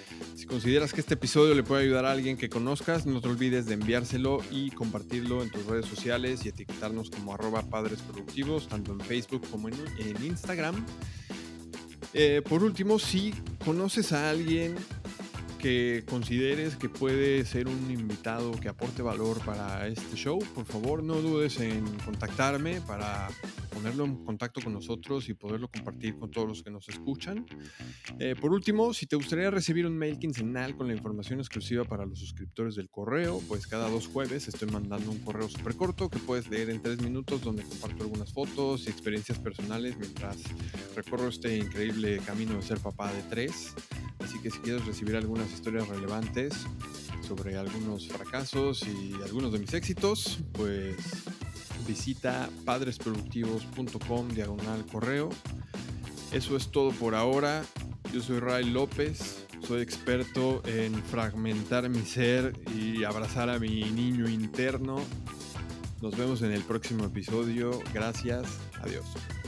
consideras que este episodio le puede ayudar a alguien que conozcas, no te olvides de enviárselo y compartirlo en tus redes sociales y etiquetarnos como arroba Padres Productivos, tanto en Facebook como en, en Instagram. Eh, por último, si conoces a alguien que consideres que puede ser un invitado que aporte valor para este show, por favor no dudes en contactarme para ponerlo en contacto con nosotros y poderlo compartir con todos los que nos escuchan. Eh, por último, si te gustaría recibir un mail quincenal con la información exclusiva para los suscriptores del correo, pues cada dos jueves estoy mandando un correo súper corto que puedes leer en tres minutos, donde comparto algunas fotos y experiencias personales mientras recorro este increíble camino de ser papá de tres. Así que si quieres recibir algunas historias relevantes sobre algunos fracasos y algunos de mis éxitos, pues visita padresproductivos.com diagonal correo. Eso es todo por ahora. Yo soy Ray López, soy experto en fragmentar mi ser y abrazar a mi niño interno. Nos vemos en el próximo episodio. Gracias. Adiós.